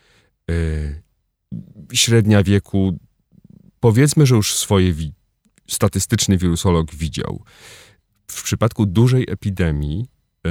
Yy, średnia wieku, powiedzmy, że już swoje wi- statystyczny wirusolog widział. W przypadku dużej epidemii yy,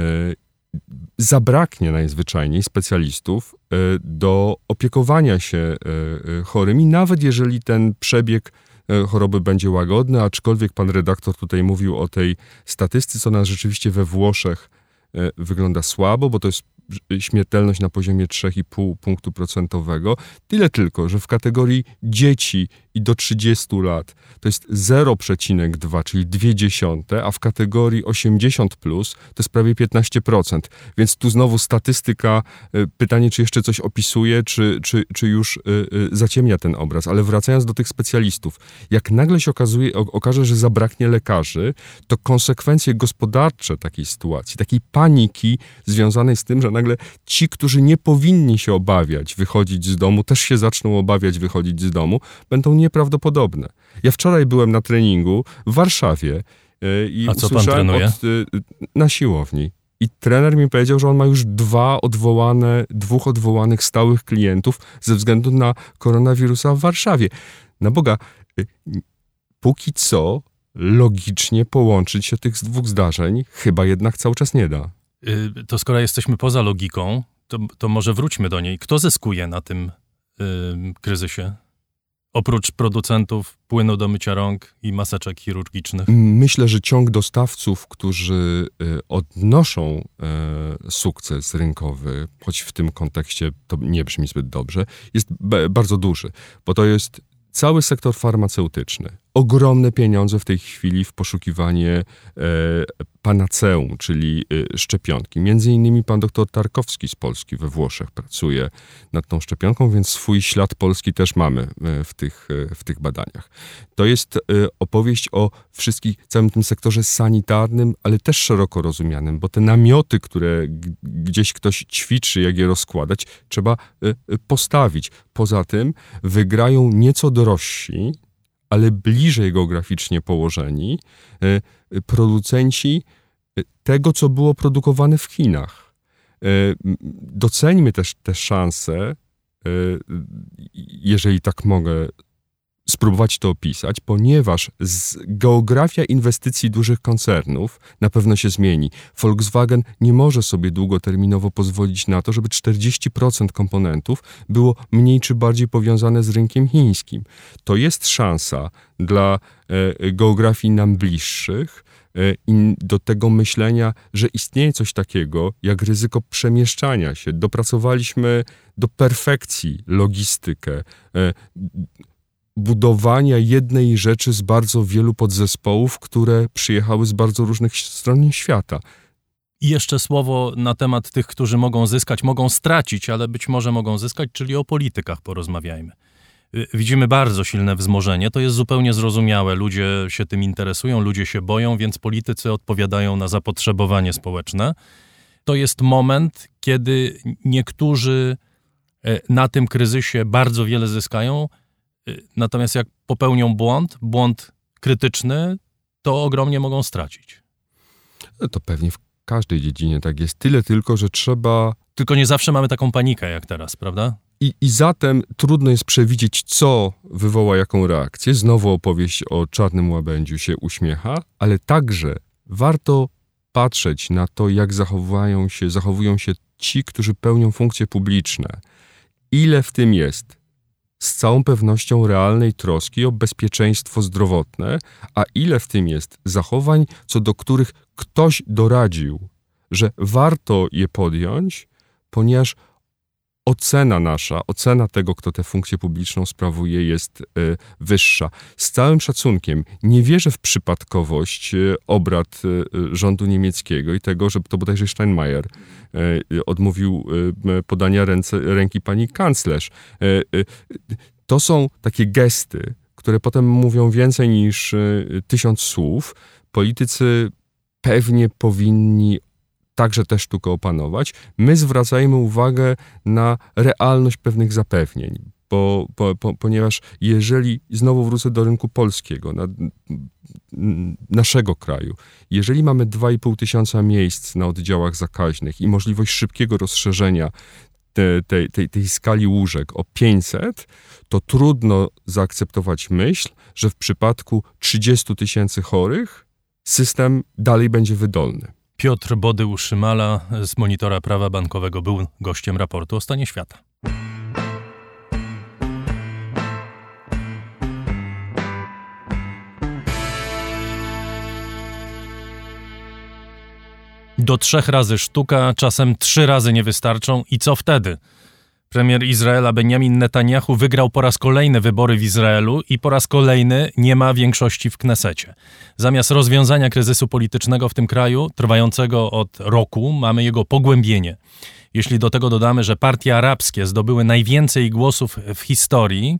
zabraknie najzwyczajniej specjalistów yy, do opiekowania się yy, chorymi, nawet jeżeli ten przebieg yy, choroby będzie łagodny, aczkolwiek pan redaktor tutaj mówił o tej statystyce, ona rzeczywiście we Włoszech yy, wygląda słabo, bo to jest śmiertelność na poziomie trzy i pół punktu procentowego. Tyle tylko, że w kategorii dzieci i do trzydziestu lat to jest zero przecinek dwa, czyli dwie dziesiąte, a w kategorii osiemdziesiąt plus to jest prawie piętnaście procent. Więc tu znowu statystyka, pytanie, czy jeszcze coś opisuje, czy, czy, czy już zaciemnia ten obraz. Ale wracając do tych specjalistów, jak nagle się okazuje, okaże, że zabraknie lekarzy, to konsekwencje gospodarcze takiej sytuacji, takiej paniki związanej z tym, że nagle ci, którzy nie powinni się obawiać wychodzić z domu, też się zaczną obawiać wychodzić z domu, będą nieprawdopodobne. Ja wczoraj byłem na treningu w Warszawie yy, i A co pan usłyszałem trenuje? od, yy, na siłowni. I trener mi powiedział, że on ma już dwa odwołane, dwóch odwołanych stałych klientów ze względu na koronawirusa w Warszawie. Na Boga, yy, póki co logicznie połączyć się tych dwóch zdarzeń chyba jednak cały czas nie da. To skoro jesteśmy poza logiką, to, to może wróćmy do niej. Kto zyskuje na tym y, kryzysie? Oprócz producentów płynu do mycia rąk i maseczek chirurgicznych. Myślę, że ciąg dostawców, którzy y, odnoszą y, sukces rynkowy, choć w tym kontekście to nie brzmi zbyt dobrze, jest b- bardzo duży, bo to jest cały sektor farmaceutyczny. Ogromne pieniądze w tej chwili w poszukiwanie e, panaceum, czyli e, szczepionki. Między innymi pan doktor Tarkowski z Polski we Włoszech pracuje nad tą szczepionką, więc swój ślad polski też mamy e, w, tych, e, w tych badaniach. To jest e, opowieść o wszystkich, całym tym sektorze sanitarnym, ale też szeroko rozumianym, bo te namioty, które g- gdzieś ktoś ćwiczy, jak je rozkładać, trzeba e, postawić. Poza tym wygrają nieco drożsi, ale bliżej geograficznie położeni producenci tego, co było produkowane w Chinach. Doceńmy też te szanse, jeżeli tak mogę spróbować to opisać, ponieważ z geografia inwestycji dużych koncernów na pewno się zmieni. Volkswagen nie może sobie długoterminowo pozwolić na to, żeby czterdzieści procent komponentów było mniej czy bardziej powiązane z rynkiem chińskim. To jest szansa dla e, geografii nam bliższych e, i do tego myślenia, że istnieje coś takiego jak ryzyko przemieszczania się. Dopracowaliśmy do perfekcji logistykę, e, budowania jednej rzeczy z bardzo wielu podzespołów, które przyjechały z bardzo różnych stron świata. I jeszcze słowo na temat tych, którzy mogą zyskać, mogą stracić, ale być może mogą zyskać, czyli o politykach porozmawiajmy. Widzimy bardzo silne wzmożenie, to jest zupełnie zrozumiałe. Ludzie się tym interesują, ludzie się boją, więc politycy odpowiadają na zapotrzebowanie społeczne. To jest moment, kiedy niektórzy na tym kryzysie bardzo wiele zyskają, natomiast jak popełnią błąd, błąd krytyczny, to ogromnie mogą stracić. To pewnie w każdej dziedzinie tak jest. Tyle tylko, że trzeba... Tylko nie zawsze mamy taką panikę jak teraz, prawda? I, I zatem trudno jest przewidzieć, co wywoła jaką reakcję. Znowu opowieść o czarnym łabędziu się uśmiecha, ale także warto patrzeć na to, jak zachowują się, zachowują się ci, którzy pełnią funkcje publiczne. Ile w tym jest z całą pewnością realnej troski o bezpieczeństwo zdrowotne, a ile w tym jest zachowań, co do których ktoś doradził, że warto je podjąć, ponieważ ocena nasza, ocena tego, kto tę funkcję publiczną sprawuje, jest y, wyższa. Z całym szacunkiem nie wierzę w przypadkowość y, obrad y, rządu niemieckiego i tego, że to bodajże Steinmeier y, odmówił y, podania ręce, ręki pani kanclerz. Y, y, to są takie gesty, które potem mówią więcej niż y, tysiąc słów. Politycy pewnie powinni także tę sztukę opanować. My zwracajmy uwagę na realność pewnych zapewnień. bo, po, po, ponieważ jeżeli, znowu wrócę do rynku polskiego, na, naszego kraju, jeżeli mamy dwa i pół tysiąca miejsc na oddziałach zakaźnych i możliwość szybkiego rozszerzenia te, te, tej, tej skali łóżek o pięćset, to trudno zaakceptować myśl, że w przypadku trzydziestu tysięcy chorych system dalej będzie wydolny. Piotr Bodył-Szymala z Monitora Prawa Bankowego był gościem raportu o stanie świata. Do trzech razy sztuka, czasem trzy razy nie wystarczą i co wtedy? Premier Izraela Benjamin Netanjahu wygrał po raz kolejny wybory w Izraelu i po raz kolejny nie ma większości w Knesecie. Zamiast rozwiązania kryzysu politycznego w tym kraju, trwającego od roku, mamy jego pogłębienie. Jeśli do tego dodamy, że partie arabskie zdobyły najwięcej głosów w historii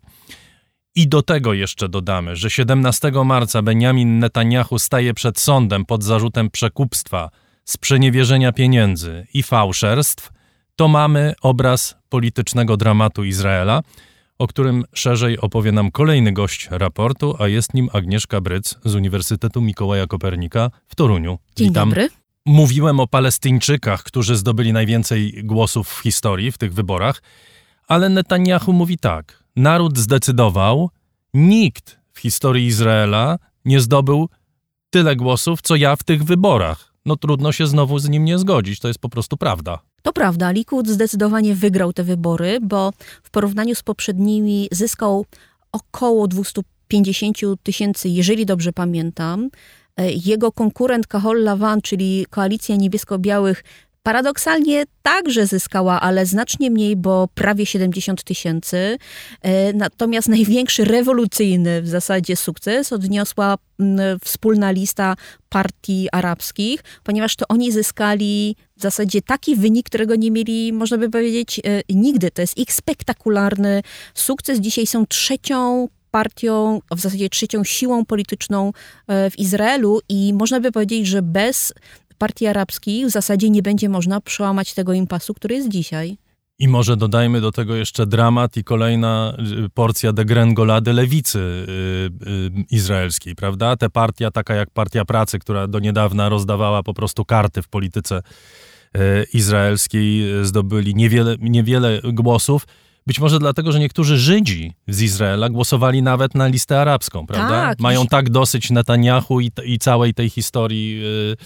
i do tego jeszcze dodamy, że siedemnastego marca Benjamin Netanjahu staje przed sądem pod zarzutem przekupstwa, sprzeniewierzenia pieniędzy i fałszerstw, to mamy obraz politycznego dramatu Izraela, o którym szerzej opowie nam kolejny gość raportu, a jest nim Agnieszka Bryc z Uniwersytetu Mikołaja Kopernika w Toruniu. Dzień Witam. dobry. Mówiłem o Palestyńczykach, którzy zdobyli najwięcej głosów w historii w tych wyborach, ale Netanjahu mówi tak. Naród zdecydował, nikt w historii Izraela nie zdobył tyle głosów, co ja w tych wyborach. No trudno się znowu z nim nie zgodzić, to jest po prostu prawda. To prawda, Likud zdecydowanie wygrał te wybory, bo w porównaniu z poprzednimi zyskał około dwieście pięćdziesiąt tysięcy, jeżeli dobrze pamiętam. Jego konkurent Kahol Lavan, czyli Koalicja Niebiesko-Białych, paradoksalnie także zyskała, ale znacznie mniej, bo prawie siedemdziesiąt tysięcy. Natomiast największy rewolucyjny w zasadzie sukces odniosła wspólna lista partii arabskich, ponieważ to oni zyskali w zasadzie taki wynik, którego nie mieli, można by powiedzieć, nigdy. To jest ich spektakularny sukces. Dzisiaj są trzecią partią, w zasadzie trzecią siłą polityczną w Izraelu i można by powiedzieć, że bez partii arabskich w zasadzie nie będzie można przełamać tego impasu, który jest dzisiaj. I może dodajmy do tego jeszcze dramat i kolejna porcja degrengolady lewicy yy, yy, izraelskiej, prawda? Te partia, taka jak Partia Pracy, która do niedawna rozdawała po prostu karty w polityce yy, izraelskiej, zdobyli niewiele, niewiele głosów. Być może dlatego, że niektórzy Żydzi z Izraela głosowali nawet na listę arabską, prawda? Tak. Mają tak dosyć Netanjahu i, i całej tej historii yy,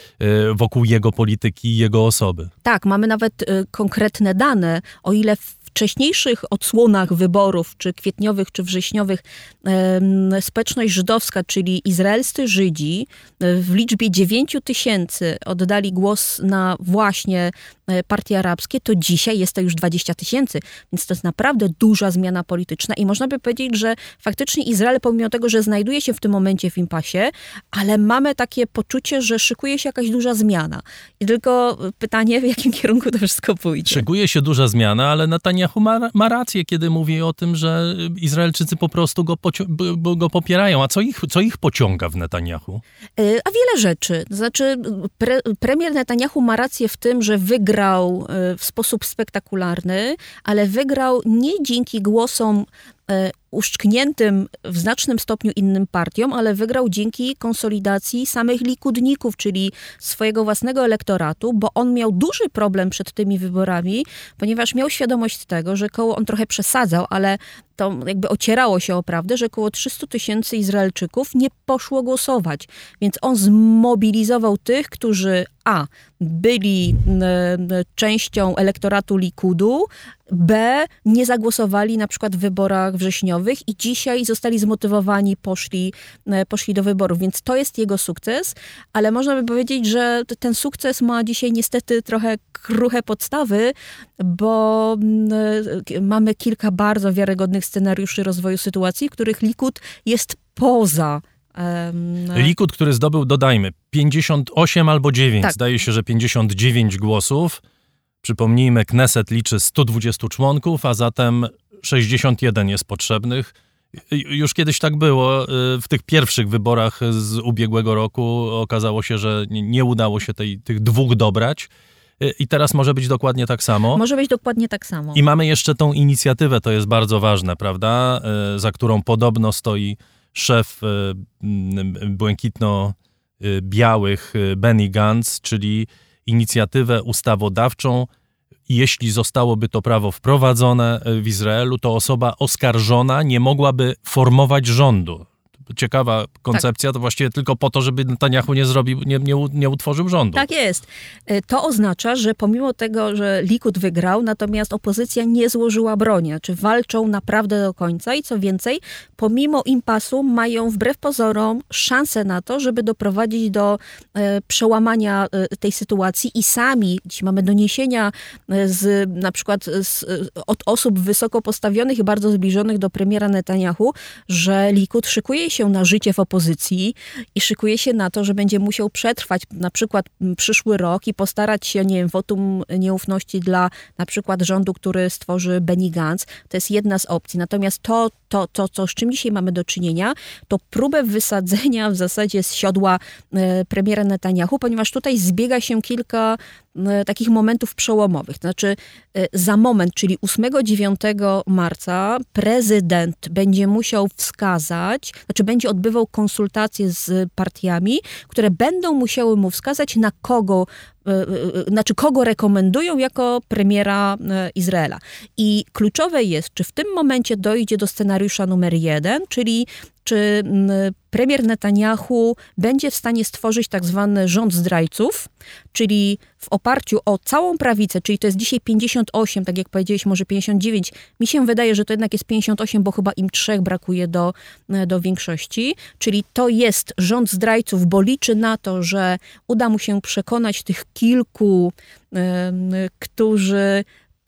wokół jego polityki i jego osoby. Tak, mamy nawet y, konkretne dane, o ile w wcześniejszych odsłonach wyborów, czy kwietniowych, czy wrześniowych, y, społeczność żydowska, czyli izraelscy Żydzi y, w liczbie dziewięć tysięcy oddali głos na właśnie y, partie arabskie, to dzisiaj jest to już dwadzieścia tysięcy, więc to jest naprawdę duża zmiana polityczna i można by powiedzieć, że faktycznie Izrael, pomimo tego, że znajduje się w tym momencie w impasie, ale mamy takie poczucie, że szykuje się jakaś duża zmiana. I tylko pytanie, w jakim kierunku to wszystko pójdzie. Szykuje się duża zmiana, ale Netanjahu ma, ma rację, kiedy mówi o tym, że Izraelczycy po prostu go, poci- go popierają. A co ich, co ich pociąga w Netanjahu? A wiele rzeczy. To znaczy, pre, premier Netanjahu ma rację w tym, że wygrał w sposób spektakularny, ale wygrał nie dzięki głosom uszczkniętym w znacznym stopniu innym partiom, ale wygrał dzięki konsolidacji samych likudników, czyli swojego własnego elektoratu, bo on miał duży problem przed tymi wyborami, ponieważ miał świadomość tego, że koło, on trochę przesadzał, ale to jakby ocierało się o prawdę, że około trzysta tysięcy Izraelczyków nie poszło głosować. Więc on zmobilizował tych, którzy a. byli e, częścią elektoratu Likudu, b. nie zagłosowali na przykład w wyborach wrześniowych i dzisiaj zostali zmotywowani, poszli, e, poszli do wyborów. Więc to jest jego sukces, ale można by powiedzieć, że ten sukces ma dzisiaj niestety trochę kruche podstawy, bo e, mamy kilka bardzo wiarygodnych scenariuszy rozwoju sytuacji, w których Likud jest poza Um, Likud, który zdobył, dodajmy, pięćdziesiąt osiem albo dziewięć, tak. Zdaje się, że pięćdziesiąt dziewięć głosów. Przypomnijmy, Kneset liczy sto dwadzieścia członków, a zatem sześćdziesiąt jeden jest potrzebnych. Już kiedyś tak było. W tych pierwszych wyborach z ubiegłego roku okazało się, że nie udało się tej, tych dwóch dobrać. I teraz może być dokładnie tak samo. Może być dokładnie tak samo. I mamy jeszcze tą inicjatywę, to jest bardzo ważne, prawda? Za którą podobno stoi szef błękitno-białych Benny Gantz, czyli inicjatywę ustawodawczą. Jeśli zostałoby to prawo wprowadzone w Izraelu, to osoba oskarżona nie mogłaby formować rządu. Ciekawa koncepcja, tak. To właściwie tylko po to, żeby Netanyahu nie zrobił, nie, nie, nie utworzył rządu. Tak jest. To oznacza, że pomimo tego, że Likud wygrał, natomiast opozycja nie złożyła broni, znaczy walczą naprawdę do końca i co więcej, pomimo impasu mają wbrew pozorom szansę na to, żeby doprowadzić do e, przełamania e, tej sytuacji i sami, dziś mamy doniesienia z, na przykład z, od osób wysoko postawionych i bardzo zbliżonych do premiera Netanyahu, że Likud szykuje się na życie w opozycji i szykuje się na to, że będzie musiał przetrwać na przykład przyszły rok i postarać się, nie wiem, wotum nieufności dla na przykład rządu, który stworzy Benny Gantz. To jest jedna z opcji. Natomiast to, to, to, to z czym dzisiaj mamy do czynienia, to próbę wysadzenia w zasadzie z siodła e, premiera Netanyahu, ponieważ tutaj zbiega się kilka e, takich momentów przełomowych. To znaczy e, za moment, czyli ósmego dziewiątego marca prezydent będzie musiał wskazać, znaczy będzie odbywał konsultacje z partiami, które będą musiały mu wskazać, na kogo, znaczy kogo rekomendują jako premiera Izraela. I kluczowe jest, czy w tym momencie dojdzie do scenariusza numer jeden, czyli czy premier Netanyahu będzie w stanie stworzyć tak zwany rząd zdrajców, czyli w oparciu o całą prawicę, czyli to jest dzisiaj pięćdziesiąt osiem, tak jak powiedzieliśmy, może pięćdziesiąt dziewięć. Mi się wydaje, że to jednak jest pięćdziesiąt osiem, bo chyba im trzech brakuje do, do większości. Czyli to jest rząd zdrajców, bo liczy na to, że uda mu się przekonać tych kilku, y, y, którzy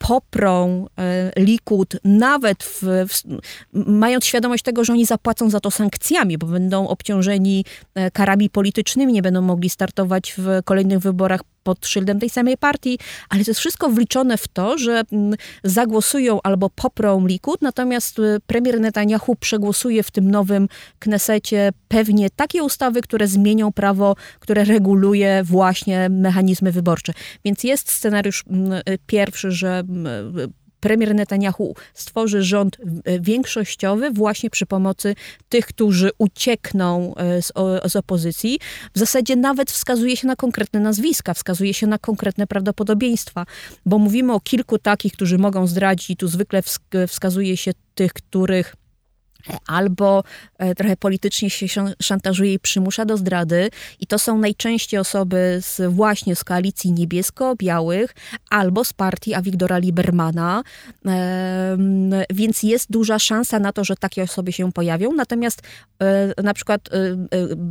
poprą Likud, nawet w, w, mając świadomość tego, że oni zapłacą za to sankcjami, bo będą obciążeni karami politycznymi, nie będą mogli startować w kolejnych wyborach pod szyldem tej samej partii, ale to jest wszystko wliczone w to, że zagłosują albo poprą Likud, natomiast premier Netanyahu przegłosuje w tym nowym Knesecie pewnie takie ustawy, które zmienią prawo, które reguluje właśnie mechanizmy wyborcze. Więc jest scenariusz pierwszy, że premier Netanyahu stworzy rząd większościowy właśnie przy pomocy tych, którzy uciekną z, z opozycji. W zasadzie nawet wskazuje się na konkretne nazwiska, wskazuje się na konkretne prawdopodobieństwa, bo mówimy o kilku takich, którzy mogą zdradzić i tu zwykle wskazuje się tych, których albo trochę politycznie się szantażuje i przymusza do zdrady i to są najczęściej osoby z, właśnie z koalicji niebiesko-białych albo z partii Avigdora Liebermana, e, więc jest duża szansa na to, że takie osoby się pojawią. Natomiast e, na przykład e, e,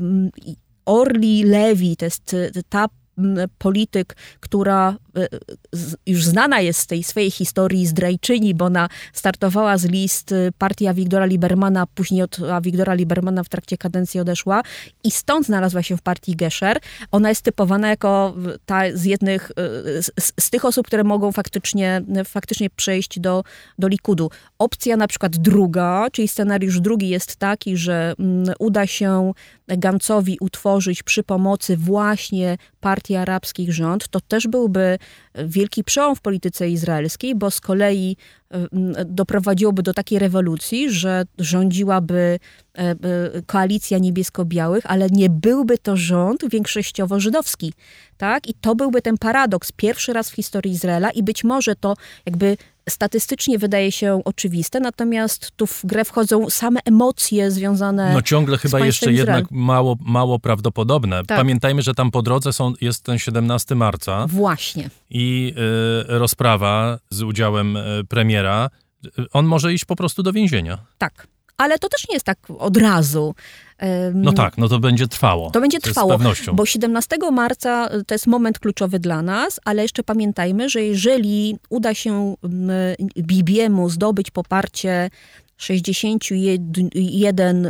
Orli Levy, to jest ta polityk, która już znana jest z tej swojej historii zdrajczyni, bo ona startowała z list partii Avigdora Liebermana, później od Avigdora Liebermana w trakcie kadencji odeszła i stąd znalazła się w partii Gesher. Ona jest typowana jako ta z jednych, z, z tych osób, które mogą faktycznie, faktycznie przejść do, do Likudu. Opcja na przykład druga, czyli scenariusz drugi jest taki, że uda się Gantzowi utworzyć przy pomocy właśnie partii arabskich rząd, to też byłby wielki przełom w polityce izraelskiej, bo z kolei doprowadziłoby do takiej rewolucji, że rządziłaby koalicja niebiesko-białych, ale nie byłby to rząd większościowo żydowski. Tak? I to byłby ten paradoks pierwszy raz w historii Izraela i być może to jakby statystycznie wydaje się oczywiste, natomiast tu w grę wchodzą same emocje związane No ciągle z chyba jeszcze Izrael. jednak mało, mało prawdopodobne. Tak. Pamiętajmy, że tam po drodze są, jest ten siedemnastego marca. Właśnie. I y, rozprawa z udziałem y, premiera. On może iść po prostu do więzienia. Tak. Ale to też nie jest tak od razu. No tak, no to będzie trwało. To będzie to trwało, z pewnością. bo siedemnastego marca to jest moment kluczowy dla nas, ale jeszcze pamiętajmy, że jeżeli uda się Bibiemu zdobyć poparcie sześćdziesięciu jeden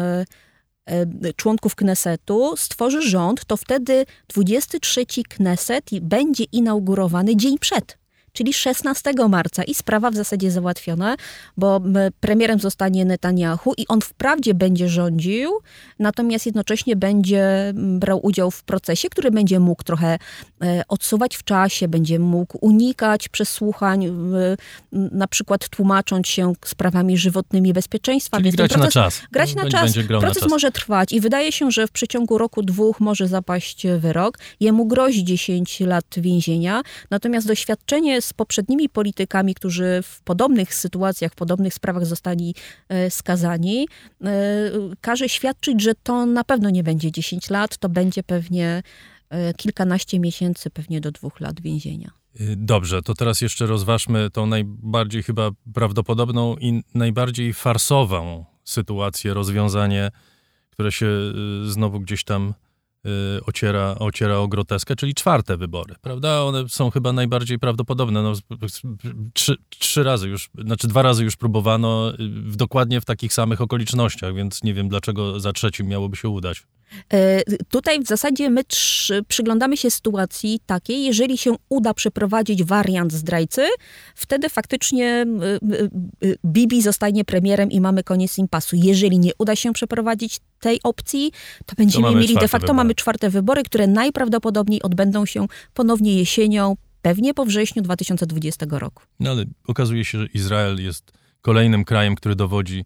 członków Knesetu, stworzy rząd, to wtedy dwudziesty trzeci Kneset będzie inaugurowany dzień przed. czyli szesnastego marca i sprawa w zasadzie załatwiona, bo premierem zostanie Netanyahu i on wprawdzie będzie rządził, natomiast jednocześnie będzie brał udział w procesie, który będzie mógł trochę odsuwać w czasie, będzie mógł unikać przesłuchań, na przykład tłumacząc się sprawami żywotnymi bezpieczeństwa. Czyli więc grać proces, na czas. Grać na Będzie, czas. będzie grał Proces na czas. może trwać i wydaje się, że w przeciągu roku, dwóch może zapaść wyrok. Jemu grozi dziesięć lat więzienia. Natomiast doświadczenie z poprzednimi politykami, którzy w podobnych sytuacjach, w podobnych sprawach zostali e, skazani, e, każe świadczyć, że to na pewno nie będzie dziesięć lat, to będzie pewnie e, kilkanaście miesięcy, pewnie do dwóch lat więzienia. Dobrze, to teraz jeszcze rozważmy tą najbardziej chyba prawdopodobną i najbardziej farsową sytuację, rozwiązanie, które się y, znowu gdzieś tam y, ociera, ociera o groteskę, czyli czwarte wybory, prawda? One są chyba najbardziej prawdopodobne. No, trzy, trzy razy już, znaczy dwa razy już próbowano y, w, dokładnie w takich samych okolicznościach, więc nie wiem, dlaczego za trzecim miałoby się udać. Tutaj w zasadzie my trzy, przyglądamy się sytuacji takiej, jeżeli się uda przeprowadzić wariant zdrajcy, wtedy faktycznie Bibi zostanie premierem i mamy koniec impasu. Jeżeli nie uda się przeprowadzić tej opcji, to będziemy to mieli de facto wybory. mamy czwarte wybory, które najprawdopodobniej odbędą się ponownie jesienią, pewnie po wrześniu dwa tysiące dwudziestego roku. No ale okazuje się, że Izrael jest kolejnym krajem, który dowodzi,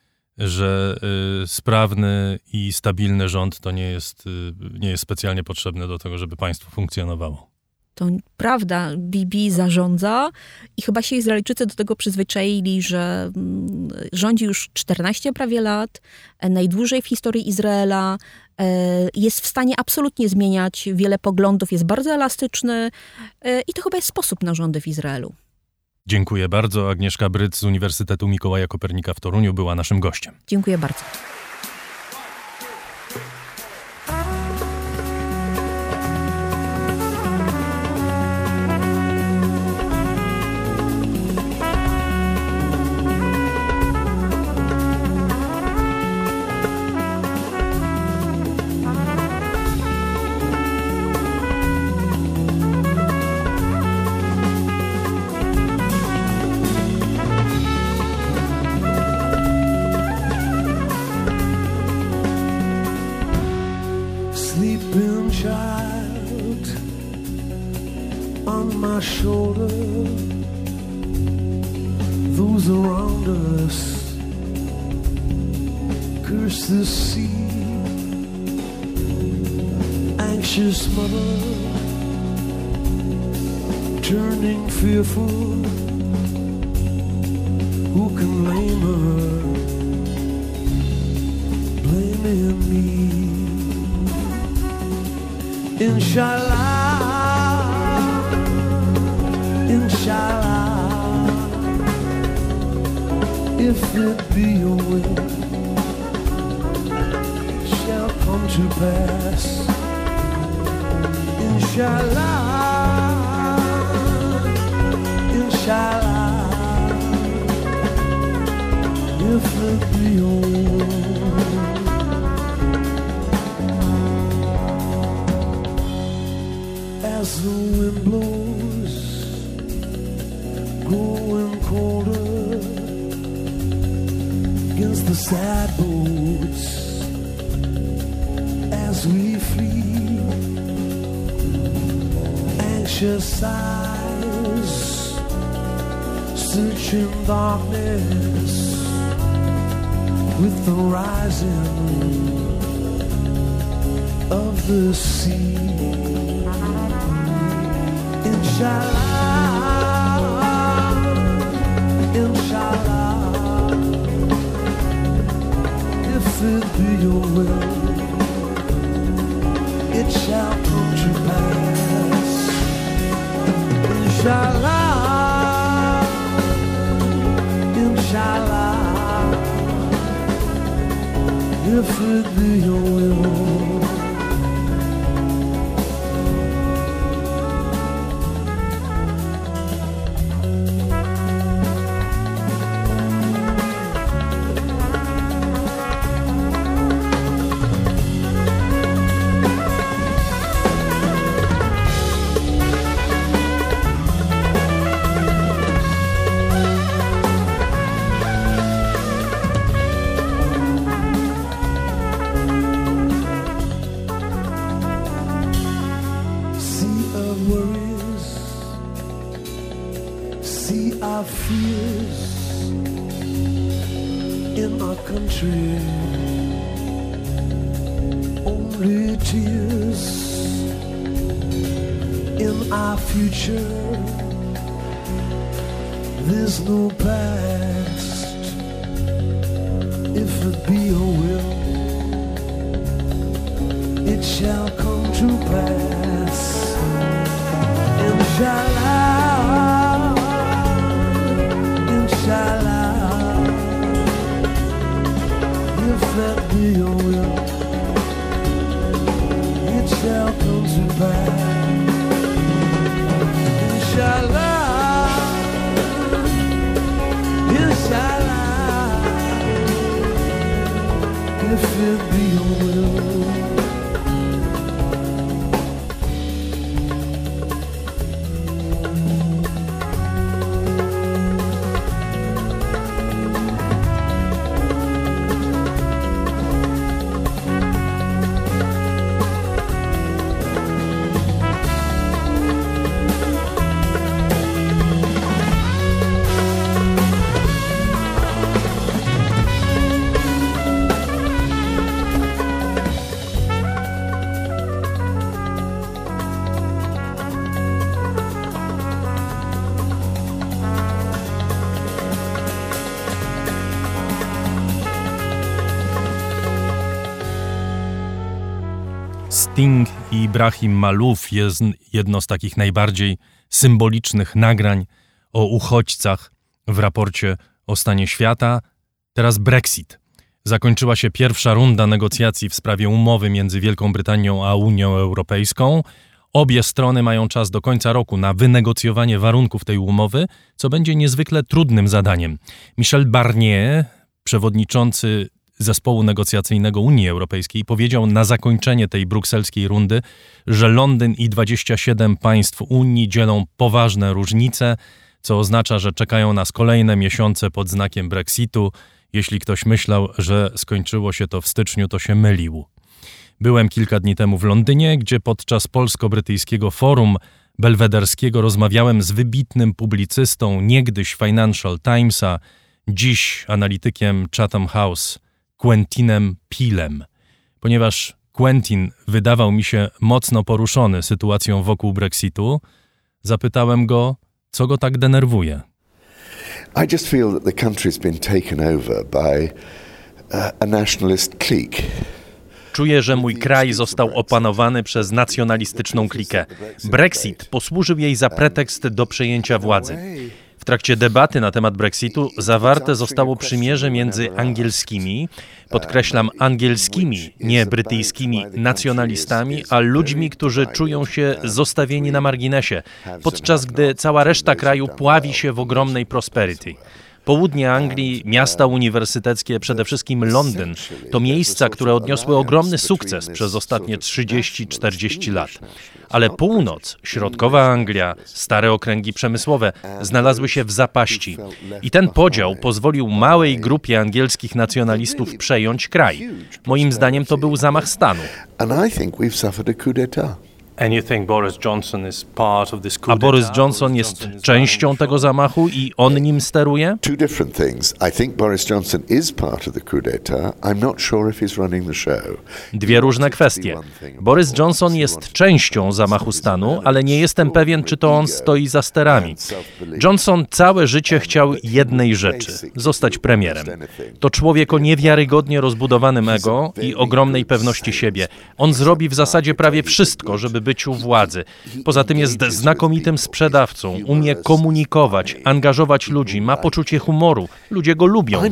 że y, sprawny i stabilny rząd to nie jest, y, nie jest specjalnie potrzebne do tego, żeby państwo funkcjonowało. To prawda, Bibi zarządza i chyba się Izraelczycy do tego przyzwyczaili, że mm, rządzi już czternaście prawie lat, e, najdłużej w historii Izraela, e, jest w stanie absolutnie zmieniać wiele poglądów, jest bardzo elastyczny e, i to chyba jest sposób na rządy w Izraelu. Dziękuję bardzo. Agnieszka Bryc z Uniwersytetu Mikołaja Kopernika w Toruniu była naszym gościem. Dziękuję bardzo. Sleeping child on my shoulder, those around us curse the sea. Anxious mother turning fearful, who can blame her, blaming me. Inshallah, inshallah, if it be your will, it shall come to pass. Inshallah, inshallah, if it be your will. As the wind blows, growing colder against the sad boats as we flee, anxious eyes searching darkness with the rising of the sea. Inshallah, inshallah, if it be your will, it shall come to pass. Inshallah, inshallah, if it be your will. only tears in our future. There's no past. If it be your will, it shall come to pass. Inshallah, inshallah. If that be your will, it shall come to pass. Inshallah, inshallah. If it be your will. Sting i Ibrahim Malouf jest jedno z takich najbardziej symbolicznych nagrań o uchodźcach w raporcie o stanie świata. Teraz Brexit. Zakończyła się pierwsza runda negocjacji w sprawie umowy między Wielką Brytanią a Unią Europejską. Obie strony mają czas do końca roku na wynegocjowanie warunków tej umowy, co będzie niezwykle trudnym zadaniem. Michel Barnier, przewodniczący zespołu negocjacyjnego Unii Europejskiej, powiedział na zakończenie tej brukselskiej rundy, że Londyn i dwadzieścia siedem państw Unii dzielą poważne różnice, co oznacza, że czekają nas kolejne miesiące pod znakiem Brexitu. Jeśli ktoś myślał, że skończyło się to w styczniu, to się mylił. Byłem kilka dni temu w Londynie, gdzie podczas polsko-brytyjskiego forum belwederskiego rozmawiałem z wybitnym publicystą, niegdyś Financial Timesa, dziś analitykiem Chatham House, Quentinem Peelem. Ponieważ Quentin wydawał mi się mocno poruszony sytuacją wokół Brexitu, zapytałem go, co go tak denerwuje. I just feel that the country's been taken over by a nationalist clique. Czuję, że mój kraj został opanowany przez nacjonalistyczną klikę. Brexit posłużył jej za pretekst do przejęcia władzy. W trakcie debaty na temat Brexitu zawarte zostało przymierze między angielskimi, podkreślam angielskimi, nie brytyjskimi nacjonalistami, a ludźmi, którzy czują się zostawieni na marginesie, podczas gdy cała reszta kraju pławi się w ogromnej prosperity. Południe Anglii, miasta uniwersyteckie, przede wszystkim Londyn, to miejsca, które odniosły ogromny sukces przez ostatnie trzydzieści czterdzieści lat. Ale północ, środkowa Anglia, stare okręgi przemysłowe znalazły się w zapaści. I ten podział pozwolił małej grupie angielskich nacjonalistów przejąć kraj. Moim zdaniem to był zamach stanu. A Boris Johnson jest częścią tego zamachu i on nim steruje? Two different things. I think Boris Johnson is part of the coup d'etat. I'm not sure if he's running the show. Dwie różne kwestie. Boris Johnson jest częścią zamachu stanu, ale nie jestem pewien, czy to on stoi za sterami. Johnson całe życie chciał jednej rzeczy – zostać premierem. To człowiek o niewiarygodnie rozbudowanym ego i ogromnej pewności siebie. On zrobi w zasadzie prawie wszystko, żeby być u władzy. Poza tym jest znakomitym sprzedawcą, umie komunikować, angażować ludzi, ma poczucie humoru. Ludzie go lubią.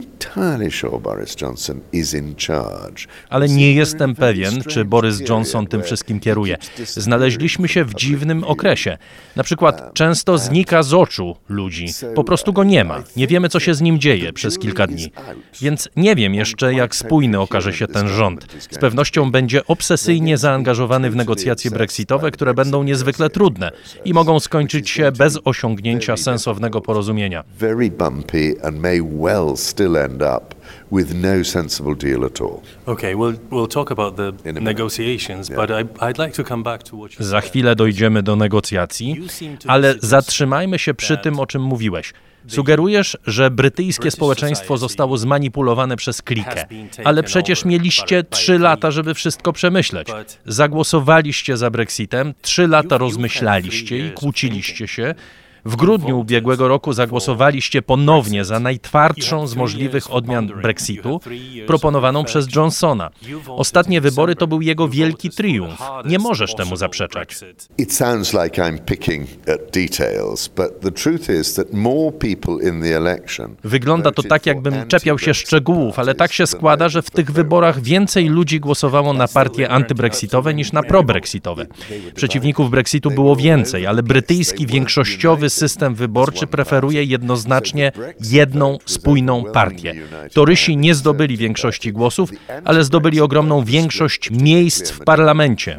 Ale nie jestem pewien, czy Boris Johnson tym wszystkim kieruje. Znaleźliśmy się w dziwnym okresie. Na przykład często znika z oczu ludzi. Po prostu go nie ma. Nie wiemy, co się z nim dzieje przez kilka dni. Więc nie wiem jeszcze, jak spójny okaże się ten rząd. Z pewnością będzie obsesyjnie zaangażowany w negocjacje brexitowe, które będą niezwykle trudne i mogą skończyć się bez osiągnięcia sensownego porozumienia. Very bumpy and may well still end up with no sensible deal at all. Okay, we'll we'll talk about the negotiations, but I, I'd like to come back to what you said. Za chwilę dojdziemy do negocjacji, ale zatrzymajmy się przy tym, o czym mówiłeś. Sugerujesz, że brytyjskie społeczeństwo zostało zmanipulowane przez klikę, ale przecież mieliście trzy lata, żeby wszystko przemyśleć. Zagłosowaliście za Brexitem, trzy lata rozmyślaliście i kłóciliście się. W grudniu ubiegłego roku zagłosowaliście ponownie za najtwardszą z możliwych odmian Brexitu, proponowaną przez Johnsona. Ostatnie wybory to był jego wielki triumf. Nie możesz temu zaprzeczać. It sounds like I'm picking at details, but the truth is that more people in the election. Wygląda to tak, jakbym czepiał się szczegółów, ale tak się składa, że w tych wyborach więcej ludzi głosowało na partie antybrexitowe niż na probrexitowe. Przeciwników Brexitu było więcej, ale brytyjski większościowy system wyborczy preferuje jednoznacznie jedną spójną partię. Torysi nie zdobyli większości głosów, ale zdobyli ogromną większość miejsc w parlamencie.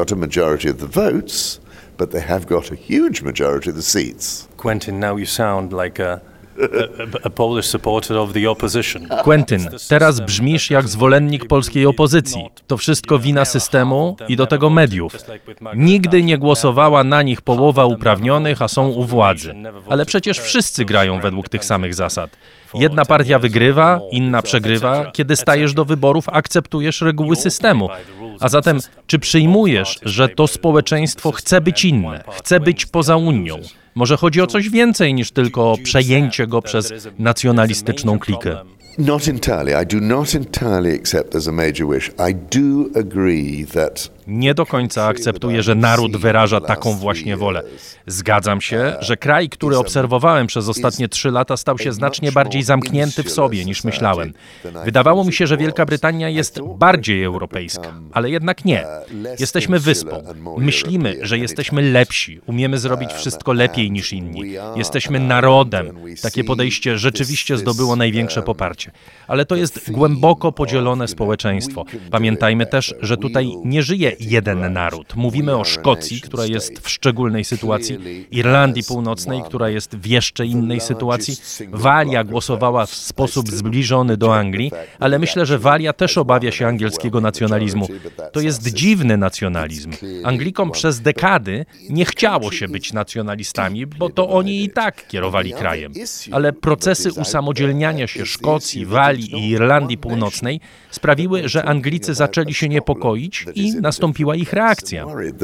Quentin, now you sound like a A, a Polish supporter of the opposition. Quentin, teraz brzmisz jak zwolennik polskiej opozycji. To wszystko wina systemu i do tego mediów. Nigdy nie głosowała na nich połowa uprawnionych, a są u władzy. Ale przecież wszyscy grają według tych samych zasad. Jedna partia wygrywa, inna przegrywa. Kiedy stajesz do wyborów, akceptujesz reguły systemu. A zatem, czy przyjmujesz, że to społeczeństwo chce być inne, chce być poza Unią? Może chodzi o coś więcej niż tylko o przejęcie go przez nacjonalistyczną klikę? Not entirely. I do not entirely accept there's a major wish. I do agree that Nie do końca akceptuję, że naród wyraża taką właśnie wolę. Zgadzam się, że kraj, który obserwowałem przez ostatnie trzy lata, stał się znacznie bardziej zamknięty w sobie niż myślałem. Wydawało mi się, że Wielka Brytania jest bardziej europejska, ale jednak nie. Jesteśmy wyspą. Myślimy, że jesteśmy lepsi, umiemy zrobić wszystko lepiej niż inni. Jesteśmy narodem. Takie podejście rzeczywiście zdobyło największe poparcie. Ale to jest głęboko podzielone społeczeństwo. Pamiętajmy też, że tutaj nie żyje jeden naród. Mówimy o Szkocji, która jest w szczególnej sytuacji, Irlandii Północnej, która jest w jeszcze innej sytuacji. Walia głosowała w sposób zbliżony do Anglii, ale myślę, że Walia też obawia się angielskiego nacjonalizmu. To jest dziwny nacjonalizm. Anglikom przez dekady nie chciało się być nacjonalistami, bo to oni i tak kierowali krajem. Ale procesy usamodzielniania się Szkocji, Walii i Irlandii Północnej sprawiły, że Anglicy zaczęli się niepokoić i nastąpiła ich reakcja.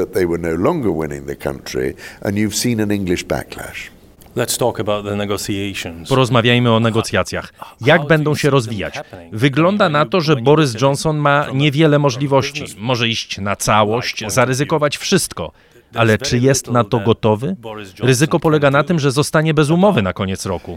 Let's talk about the negotiations. Porozmawiajmy o negocjacjach. Jak będą się rozwijać? Wygląda na to, że Boris Johnson ma niewiele możliwości. Może iść na całość, zaryzykować wszystko. Ale czy jest na to gotowy? Ryzyko polega na tym, że zostanie bez umowy na koniec roku.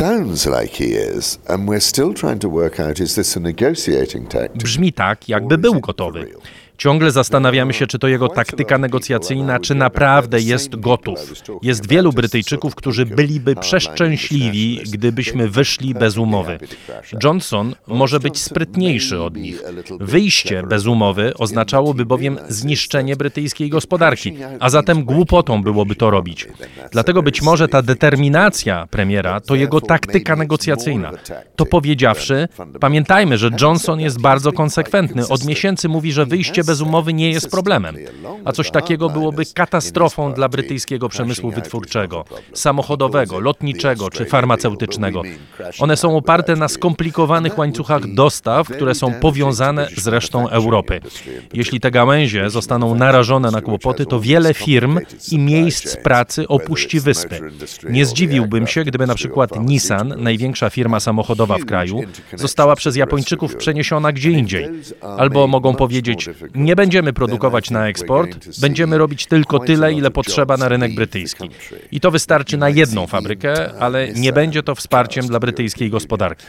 Brzmi tak, jakby był gotowy. Ciągle zastanawiamy się, czy to jego taktyka negocjacyjna, czy naprawdę jest gotów. Jest wielu Brytyjczyków, którzy byliby przeszczęśliwi, gdybyśmy wyszli bez umowy. Johnson może być sprytniejszy od nich. Wyjście bez umowy oznaczałoby bowiem zniszczenie brytyjskiej gospodarki, a zatem głupotą byłoby to robić. Dlatego być może ta determinacja premiera to jego taktyka negocjacyjna. To powiedziawszy, pamiętajmy, że Johnson jest bardzo konsekwentny. Od miesięcy mówi, że wyjście bez umowy nie jest problemem, a coś takiego byłoby katastrofą dla brytyjskiego przemysłu wytwórczego, samochodowego, lotniczego czy farmaceutycznego. One są oparte na skomplikowanych łańcuchach dostaw, które są powiązane z resztą Europy. Jeśli te gałęzie zostaną narażone na kłopoty, to wiele firm i miejsc pracy opuści wyspy. Nie zdziwiłbym się, gdyby na przykład Nissan, największa firma samochodowa w kraju, została przez Japończyków przeniesiona gdzie indziej. Albo mogą powiedzieć: nie będziemy produkować na eksport, będziemy robić tylko tyle, ile potrzeba na rynek brytyjski. I to wystarczy na jedną fabrykę, ale nie będzie to wsparciem dla brytyjskiej gospodarki.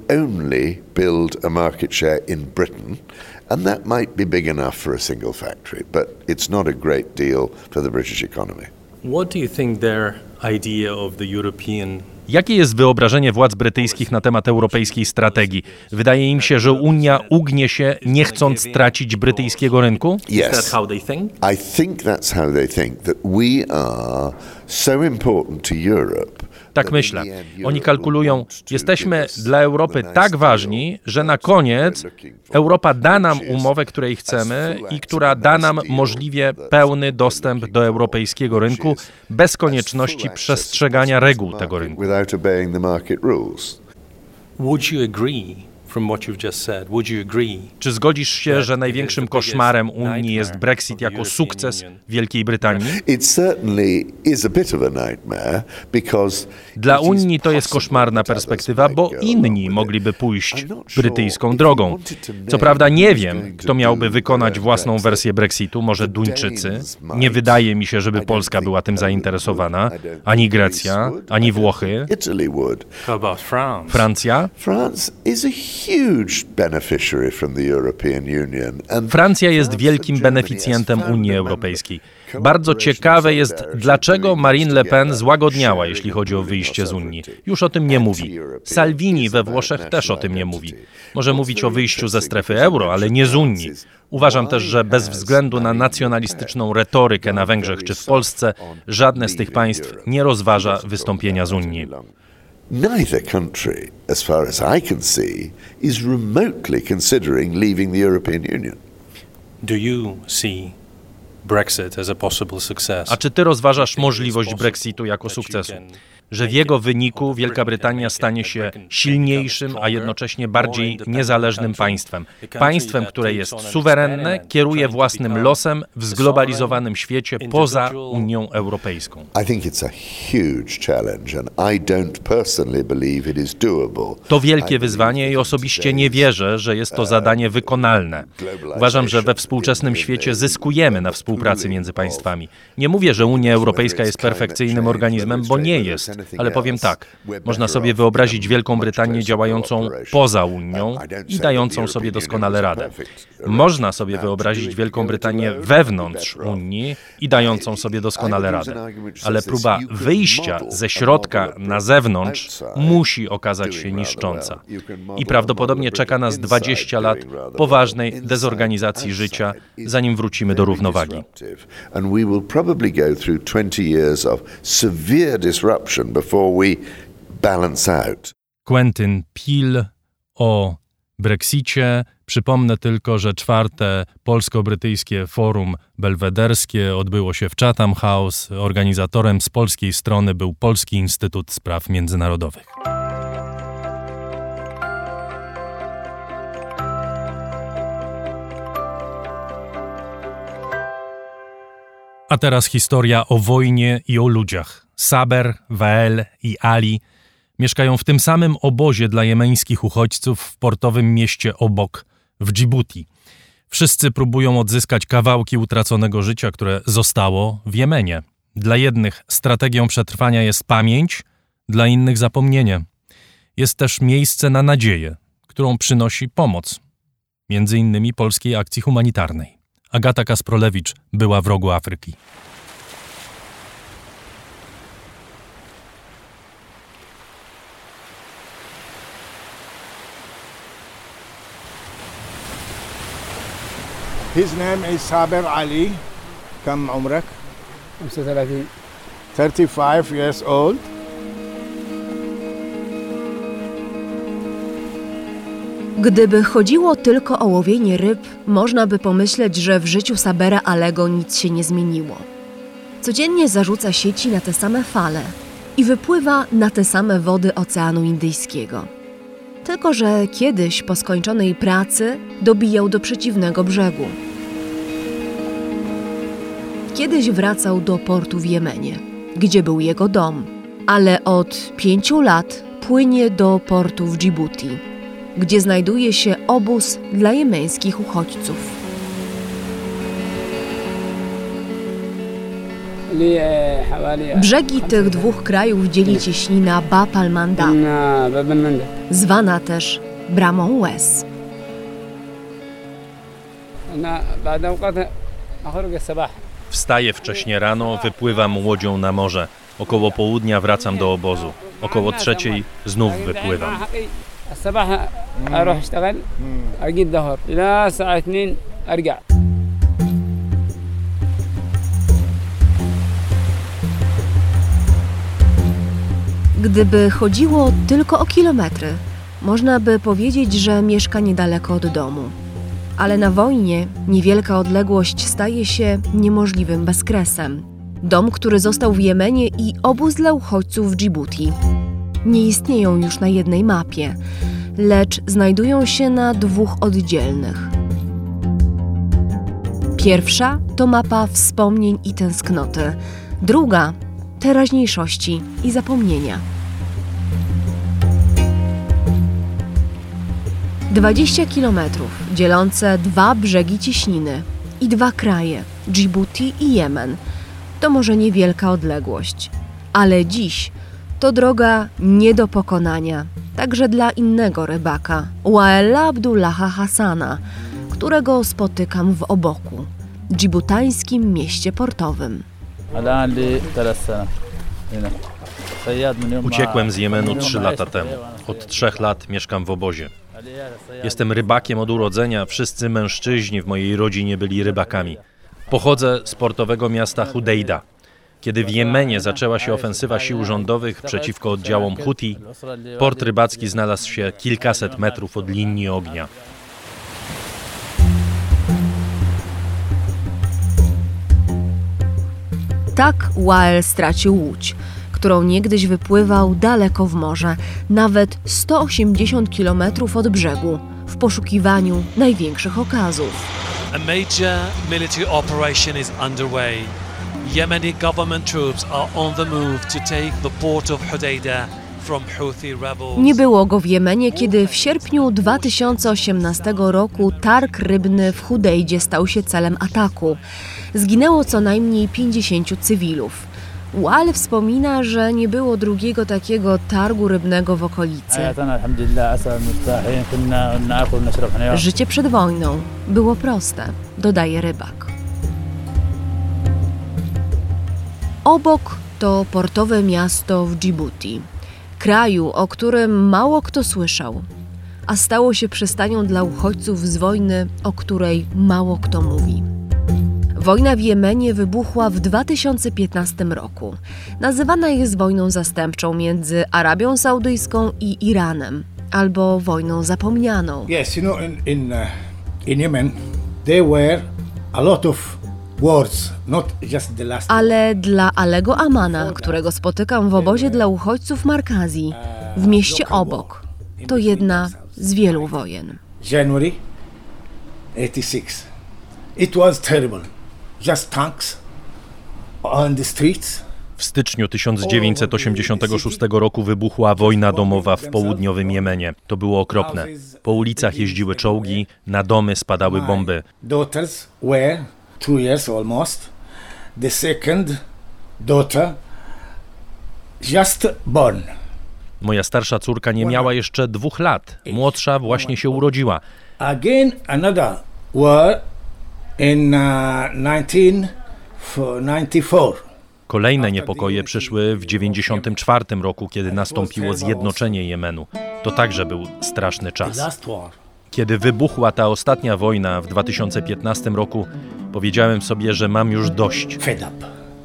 And that might be big enough for a single factory, but it's not a great deal for the British economy. What do you think their idea of the European Jakie jest wyobrażenie władz brytyjskich na temat europejskiej strategii? Wydaje im się, że Unia ugnie się, nie chcąc tracić brytyjskiego rynku? Yes. Is that how they think? I think that's how they think, that we are so important to Europe Tak myślę. Oni kalkulują, jesteśmy dla Europy tak ważni, że na koniec Europa da nam umowę, której chcemy i która da nam możliwie pełny dostęp do europejskiego rynku bez konieczności przestrzegania reguł tego rynku. Would you agree? From what you've just said, would you agree? Czy zgodzisz się, że największym koszmarem Unii jest Brexit jako sukces Wielkiej Brytanii? Dla Unii to jest koszmarna perspektywa, bo inni mogliby pójść brytyjską drogą. Co prawda nie wiem, kto miałby wykonać własną wersję Brexitu, może Duńczycy. Nie wydaje mi się, żeby Polska była tym zainteresowana, ani Grecja, ani Włochy. How about France? Francja? France is a Francja jest wielkim beneficjentem Unii Europejskiej. Bardzo ciekawe jest, dlaczego Marine Le Pen złagodniała, jeśli chodzi o wyjście z Unii. Już o tym nie mówi. Salvini we Włoszech też o tym nie mówi. Może mówić o wyjściu ze strefy euro, ale nie z Unii. Uważam też, że bez względu na nacjonalistyczną retorykę na Węgrzech czy w Polsce, żadne z tych państw nie rozważa wystąpienia z Unii. Neither country, as far as I can see, is remotely considering leaving the European Union. Do you see Brexit as a possible success? A czy ty rozważasz możliwość Brexitu jako sukcesu? Że w jego wyniku Wielka Brytania stanie się silniejszym, a jednocześnie bardziej niezależnym państwem. Państwem, które jest suwerenne, kieruje własnym losem w zglobalizowanym świecie poza Unią Europejską. To wielkie wyzwanie i osobiście nie wierzę, że jest to zadanie wykonalne. Uważam, że we współczesnym świecie zyskujemy na współpracy między państwami. Nie mówię, że Unia Europejska jest perfekcyjnym organizmem, bo nie jest. Ale powiem tak, można sobie wyobrazić Wielką Brytanię działającą poza Unią i dającą sobie doskonale radę. Można sobie wyobrazić Wielką Brytanię wewnątrz Unii i dającą sobie doskonale radę. Ale próba wyjścia ze środka na zewnątrz musi okazać się niszcząca. I prawdopodobnie czeka nas dwadzieścia lat poważnej dezorganizacji życia, zanim wrócimy do równowagi. Before we balance out. Quentin Peel o Brexicie. Przypomnę tylko, że czwarte polsko-brytyjskie forum belwederskie odbyło się w Chatham House. Organizatorem z polskiej strony był Polski Instytut Spraw Międzynarodowych. A teraz historia o wojnie i o ludziach. Saber, Wael i Ali mieszkają w tym samym obozie dla jemeńskich uchodźców w portowym mieście obok, w Dżibuti. Wszyscy próbują odzyskać kawałki utraconego życia, które zostało w Jemenie. Dla jednych strategią przetrwania jest pamięć, dla innych zapomnienie. Jest też miejsce na nadzieję, którą przynosi pomoc, między innymi polskiej akcji humanitarnej. Agata Kasprolewicz była w rogu Afryki. His name is Saber Ali. كم عمرك؟ خمسة وثلاثين. thirty-five years old. Gdyby chodziło tylko o łowienie ryb, można by pomyśleć, że w życiu Sabera Alego nic się nie zmieniło. Codziennie zarzuca sieci na te same fale i wypływa na te same wody Oceanu Indyjskiego. Tylko że kiedyś po skończonej pracy dobijał do przeciwnego brzegu. Kiedyś wracał do portu w Jemenie, gdzie był jego dom, ale od pięciu lat płynie do portu w Dżibuti, gdzie znajduje się obóz dla jemeńskich uchodźców. Brzegi tych dwóch krajów dzieli cieśnina Bab al-Manda, zwana też Bramą Łez. Wstaję wcześnie rano, wypływam łodzią na morze. Około południa wracam do obozu. Około trzeciej znów wypływam. Gdyby chodziło tylko o kilometry, można by powiedzieć, że mieszka niedaleko od domu. Ale na wojnie niewielka odległość staje się niemożliwym bezkresem. Dom, który został w Jemenie, i obóz dla uchodźców w Dżibuti nie istnieją już na jednej mapie, lecz znajdują się na dwóch oddzielnych. Pierwsza to mapa wspomnień i tęsknoty, druga teraźniejszości i zapomnienia. dwadzieścia kilometrów dzielące dwa brzegi cieśniny i dwa kraje, Dżibuti i Jemen, to może niewielka odległość, ale dziś to droga nie do pokonania, także dla innego rybaka, Waela Abdullaha Hassana, którego spotykam w Oboku, dżibutańskim mieście portowym. Uciekłem z Jemenu trzy lata temu. Od trzech lat mieszkam w obozie. Jestem rybakiem od urodzenia, wszyscy mężczyźni w mojej rodzinie byli rybakami. Pochodzę z portowego miasta Hudejda. Kiedy w Jemenie zaczęła się ofensywa sił rządowych przeciwko oddziałom Huti, port rybacki znalazł się kilkaset metrów od linii ognia. Tak Wael stracił łódź, którą niegdyś wypływał daleko w morze, nawet sto osiemdziesiąt kilometrów od brzegu, w poszukiwaniu największych okazów. A major military operation is underway. Yemeni government troops are on the move to take the port of Hodeidah from Houthi rebels. Nie było go w Jemenie, kiedy w sierpniu dwa tysiące osiemnastego roku targ rybny w Hudejdzie stał się celem ataku. Zginęło co najmniej pięćdziesięciu cywilów. Wael wspomina, że nie było drugiego takiego targu rybnego w okolicy. Życie przed wojną było proste, dodaje rybak. Obok to portowe miasto w Dżibuti, kraju, o którym mało kto słyszał, a stało się przystanią dla uchodźców z wojny, o której mało kto mówi. Wojna w Jemenie wybuchła w dwa tysiące piętnastym roku. Nazywana jest wojną zastępczą między Arabią Saudyjską i Iranem, albo wojną zapomnianą. Yes, you know, in in, uh, in Yemen there were a lot of wars, not just the last. Ale dla Alego Amana, którego spotykam w obozie dla uchodźców Markazi, w mieście obok, to jedna z wielu wojen. January eighty-six. It was terrible. Just tanks on the streets. W styczniu tysiąc dziewięćset osiemdziesiątego szóstego roku wybuchła wojna domowa w południowym Jemenie. To było okropne. Po ulicach jeździły czołgi, na domy spadały bomby. Daughters were two years almost. The second daughter just born. Moja starsza córka nie miała jeszcze dwóch lat. Młodsza właśnie się urodziła. Again another war in uh, nineteen ninety-four. Kolejne niepokoje przyszły w dziewięćdziesiątym czwartym roku, kiedy nastąpiło zjednoczenie Jemenu. To także był straszny czas. Kiedy wybuchła ta ostatnia wojna w dwa tysiące piętnastym roku, powiedziałem sobie, że mam już dość. Fed up.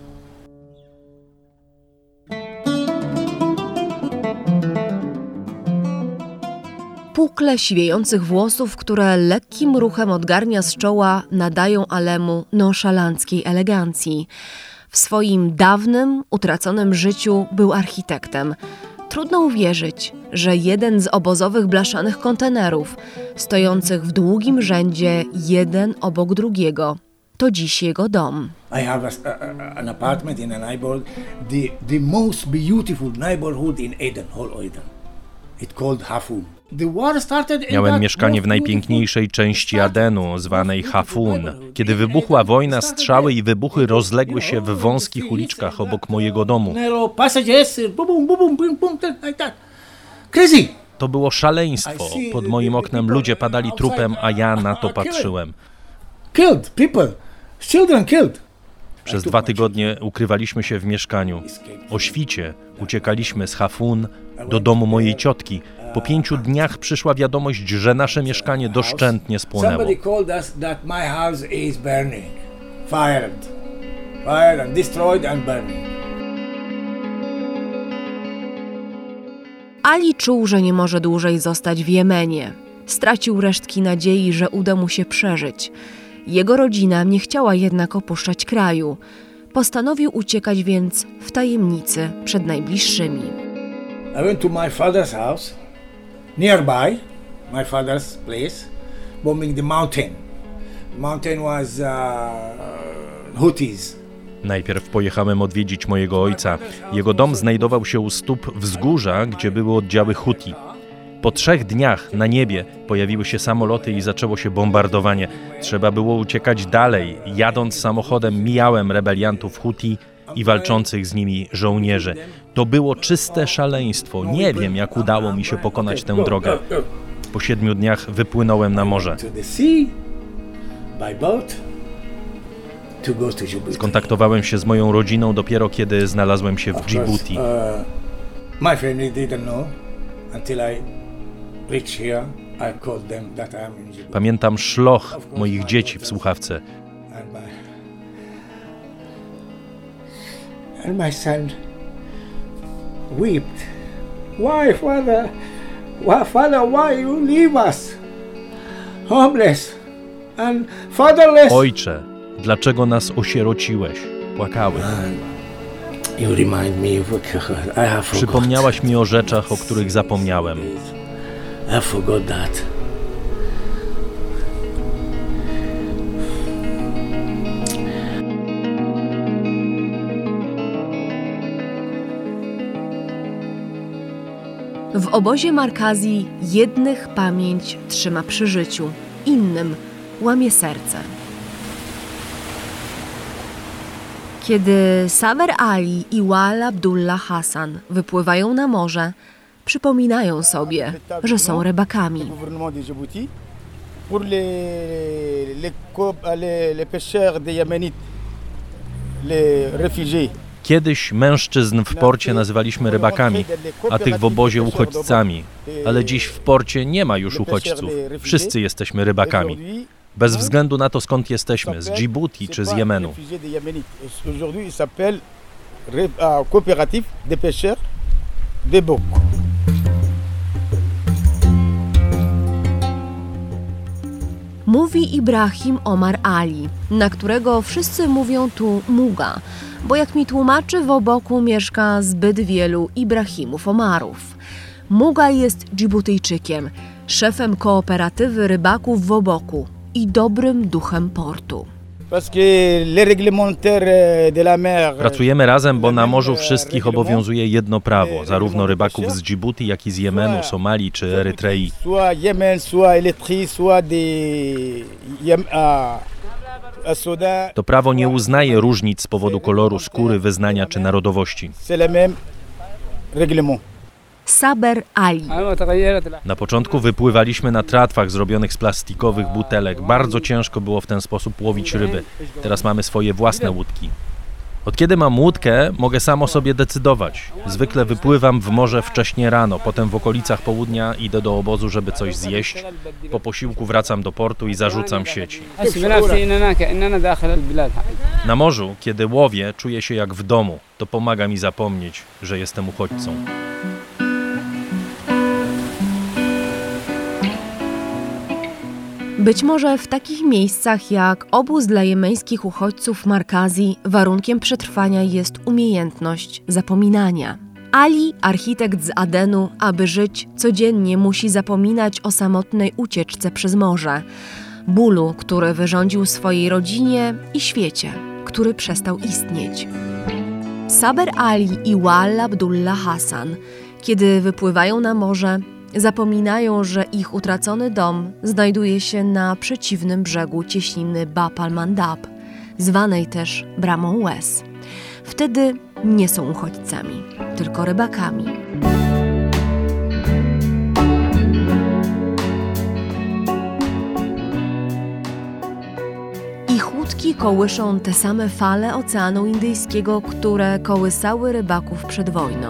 Pukle siwiejących włosów, które lekkim ruchem odgarnia z czoła, nadają Alemu nonszalanckiej elegancji. W swoim dawnym, utraconym życiu był architektem. Trudno uwierzyć, że jeden z obozowych blaszanych kontenerów, stojących w długim rzędzie jeden obok drugiego, to dziś jego dom. I have a, a, an apartment in a neighborhood, the, the most beautiful neighborhood in Eden, whole Eden. It's called Hafun. Miałem mieszkanie w najpiękniejszej części Adenu, zwanej Hafun. Kiedy wybuchła wojna, strzały i wybuchy rozległy się w wąskich uliczkach obok mojego domu. To było szaleństwo. Pod moim oknem ludzie padali trupem, a ja na to patrzyłem. Przez dwa tygodnie ukrywaliśmy się w mieszkaniu. O świcie uciekaliśmy z Hafun do domu mojej ciotki. Po pięciu dniach przyszła wiadomość, że nasze mieszkanie doszczętnie spłonęło. Ali czuł, że nie może dłużej zostać w Jemenie. Stracił resztki nadziei, że uda mu się przeżyć. Jego rodzina nie chciała jednak opuszczać kraju. Postanowił uciekać więc w tajemnicy przed najbliższymi. I went to my father's house, nearby, my father's place, bombing the mountain. The mountain was uh, Houthis. Najpierw pojechałem odwiedzić mojego ojca. Jego dom znajdował się u stóp wzgórza, gdzie były oddziały Huti. Po trzech dniach na niebie pojawiły się samoloty i zaczęło się bombardowanie. Trzeba było uciekać dalej. Jadąc samochodem mijałem rebeliantów Huti i walczących z nimi żołnierzy. To było czyste szaleństwo. Nie wiem, jak udało mi się pokonać tę drogę. Po siedmiu dniach wypłynąłem na morze. Skontaktowałem się z moją rodziną dopiero kiedy znalazłem się w Djibouti. Pamiętam szloch moich dzieci w słuchawce. And my son wept. Why, father? Why, father, why you leave us? Homeless and fatherless. Ojcze, dlaczego nas osierociłeś? Płakały. You remind me of I have Przypomniałaś mi o rzeczach, o których zapomniałem. I forgot that. W obozie Markazi jednych pamięć trzyma przy życiu, innym łamie serce. Kiedy Saber Ali i Wael Abdullah Hassan wypływają na morze, przypominają sobie, że są rybakami. Kiedyś mężczyzn w porcie nazywaliśmy rybakami, a tych w obozie uchodźcami. Ale dziś w porcie nie ma już uchodźców. Wszyscy jesteśmy rybakami. Bez względu na to, skąd jesteśmy, z Djibouti czy z Jemenu. Mówi Ibrahim Omar Ali, na którego wszyscy mówią tu Muga, bo jak mi tłumaczy, w Oboku mieszka zbyt wielu Ibrahimów Omarów. Muga jest Dżibutyjczykiem, szefem kooperatywy rybaków w Oboku i dobrym duchem portu. Pracujemy razem, bo na morzu wszystkich obowiązuje jedno prawo, zarówno rybaków z Dżibuti, jak i z Jemenu, Somalii czy Erytrei. To prawo nie uznaje różnic z powodu koloru skóry, wyznania czy narodowości. Saber Ali. Na początku wypływaliśmy na tratwach zrobionych z plastikowych butelek. Bardzo ciężko było w ten sposób łowić ryby. Teraz mamy swoje własne łódki. Od kiedy mam łódkę, mogę sam o sobie decydować. Zwykle wypływam w morze wcześnie rano, potem w okolicach południa idę do obozu, żeby coś zjeść. Po posiłku wracam do portu i zarzucam sieci. Na morzu, kiedy łowię, czuję się jak w domu. To pomaga mi zapomnieć, że jestem uchodźcą. Być może w takich miejscach jak obóz dla jemeńskich uchodźców Markazi warunkiem przetrwania jest umiejętność zapominania. Ali, architekt z Adenu, aby żyć codziennie musi zapominać o samotnej ucieczce przez morze, bólu, który wyrządził swojej rodzinie i świecie, który przestał istnieć. Saber Ali i Wael Abdullah Hassan, kiedy wypływają na morze, zapominają, że ich utracony dom znajduje się na przeciwnym brzegu cieśniny Bab al-Mandab, zwanej też Bramą Łez. Wtedy nie są uchodźcami, tylko rybakami. Ich łódki kołyszą te same fale Oceanu Indyjskiego, które kołysały rybaków przed wojną.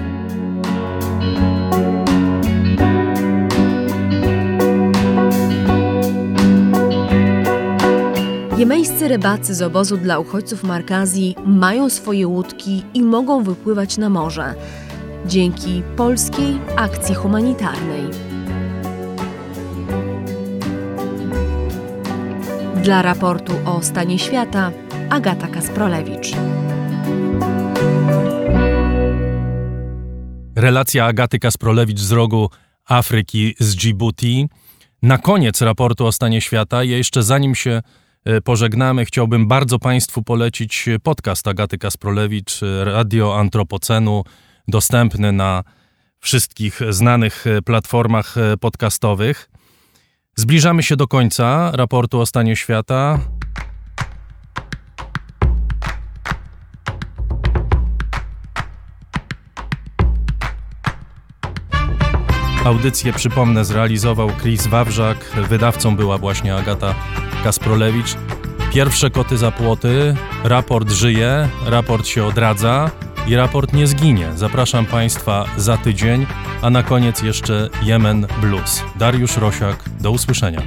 Jemeńscy rybacy z obozu dla uchodźców Markazi mają swoje łódki i mogą wypływać na morze. dzięki polskiej akcji humanitarnej. Dla raportu o stanie świata Agata Kasprolewicz. Relacja Agaty Kasprolewicz z rogu Afryki, z Dżibuti. Na koniec raportu o stanie świata, jeszcze zanim się pożegnamy, chciałbym bardzo Państwu polecić podcast Agaty Kasprolewicz, Radio Antropocenu, dostępny na wszystkich znanych platformach podcastowych. Zbliżamy się do końca raportu o stanie świata. Audycję, przypomnę, zrealizował Chris Wawrzak, wydawcą była właśnie Agata Kasprolewicz. Pierwsze koty za płoty, raport żyje, raport się odradza i raport nie zginie. Zapraszam Państwa za tydzień, a na koniec jeszcze Yemen Blues. Dariusz Rosiak, do usłyszenia.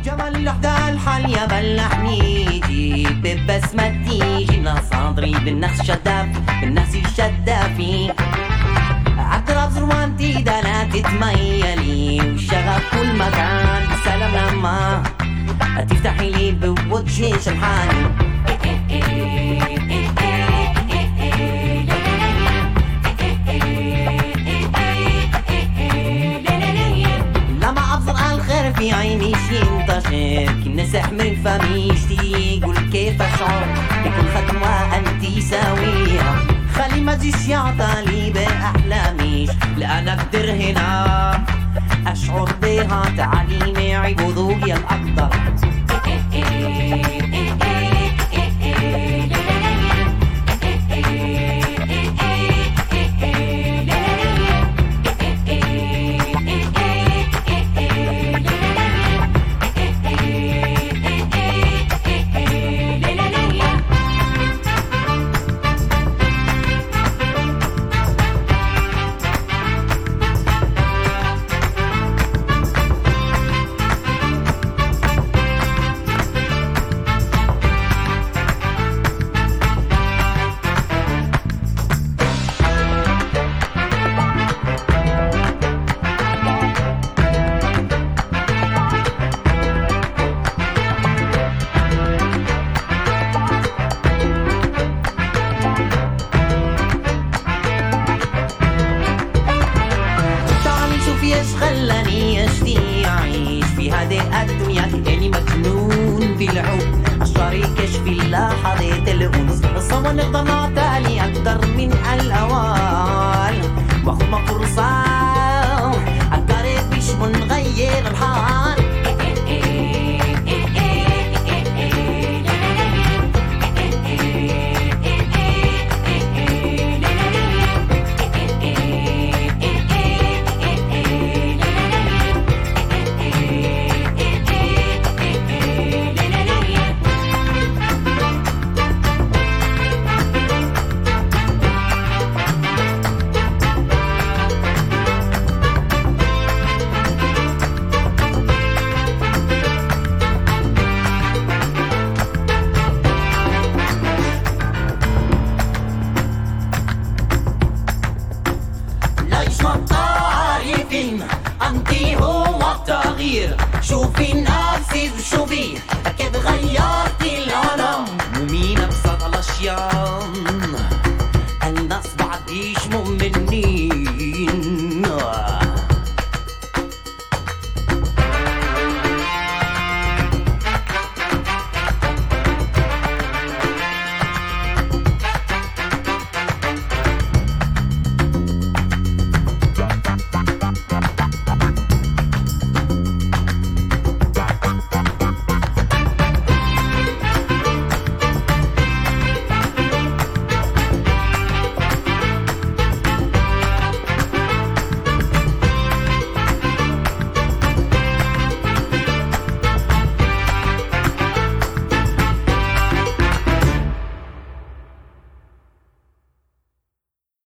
عالطراب زروانتي دانا تتميلي والشغف كل مكان بسلام لما تفتحي لي بوجهي شمحاني لما ابصر الخير في عيني شي ينتشر كنا سحمر فمي يشتي يقول كيف اشعر بكل خطوة انتي ساويها خلي ما تجيش يعطالي بأحلاميش لا أنا أقدر هنا أشعر بها تعالي معي بضوئي الأقدر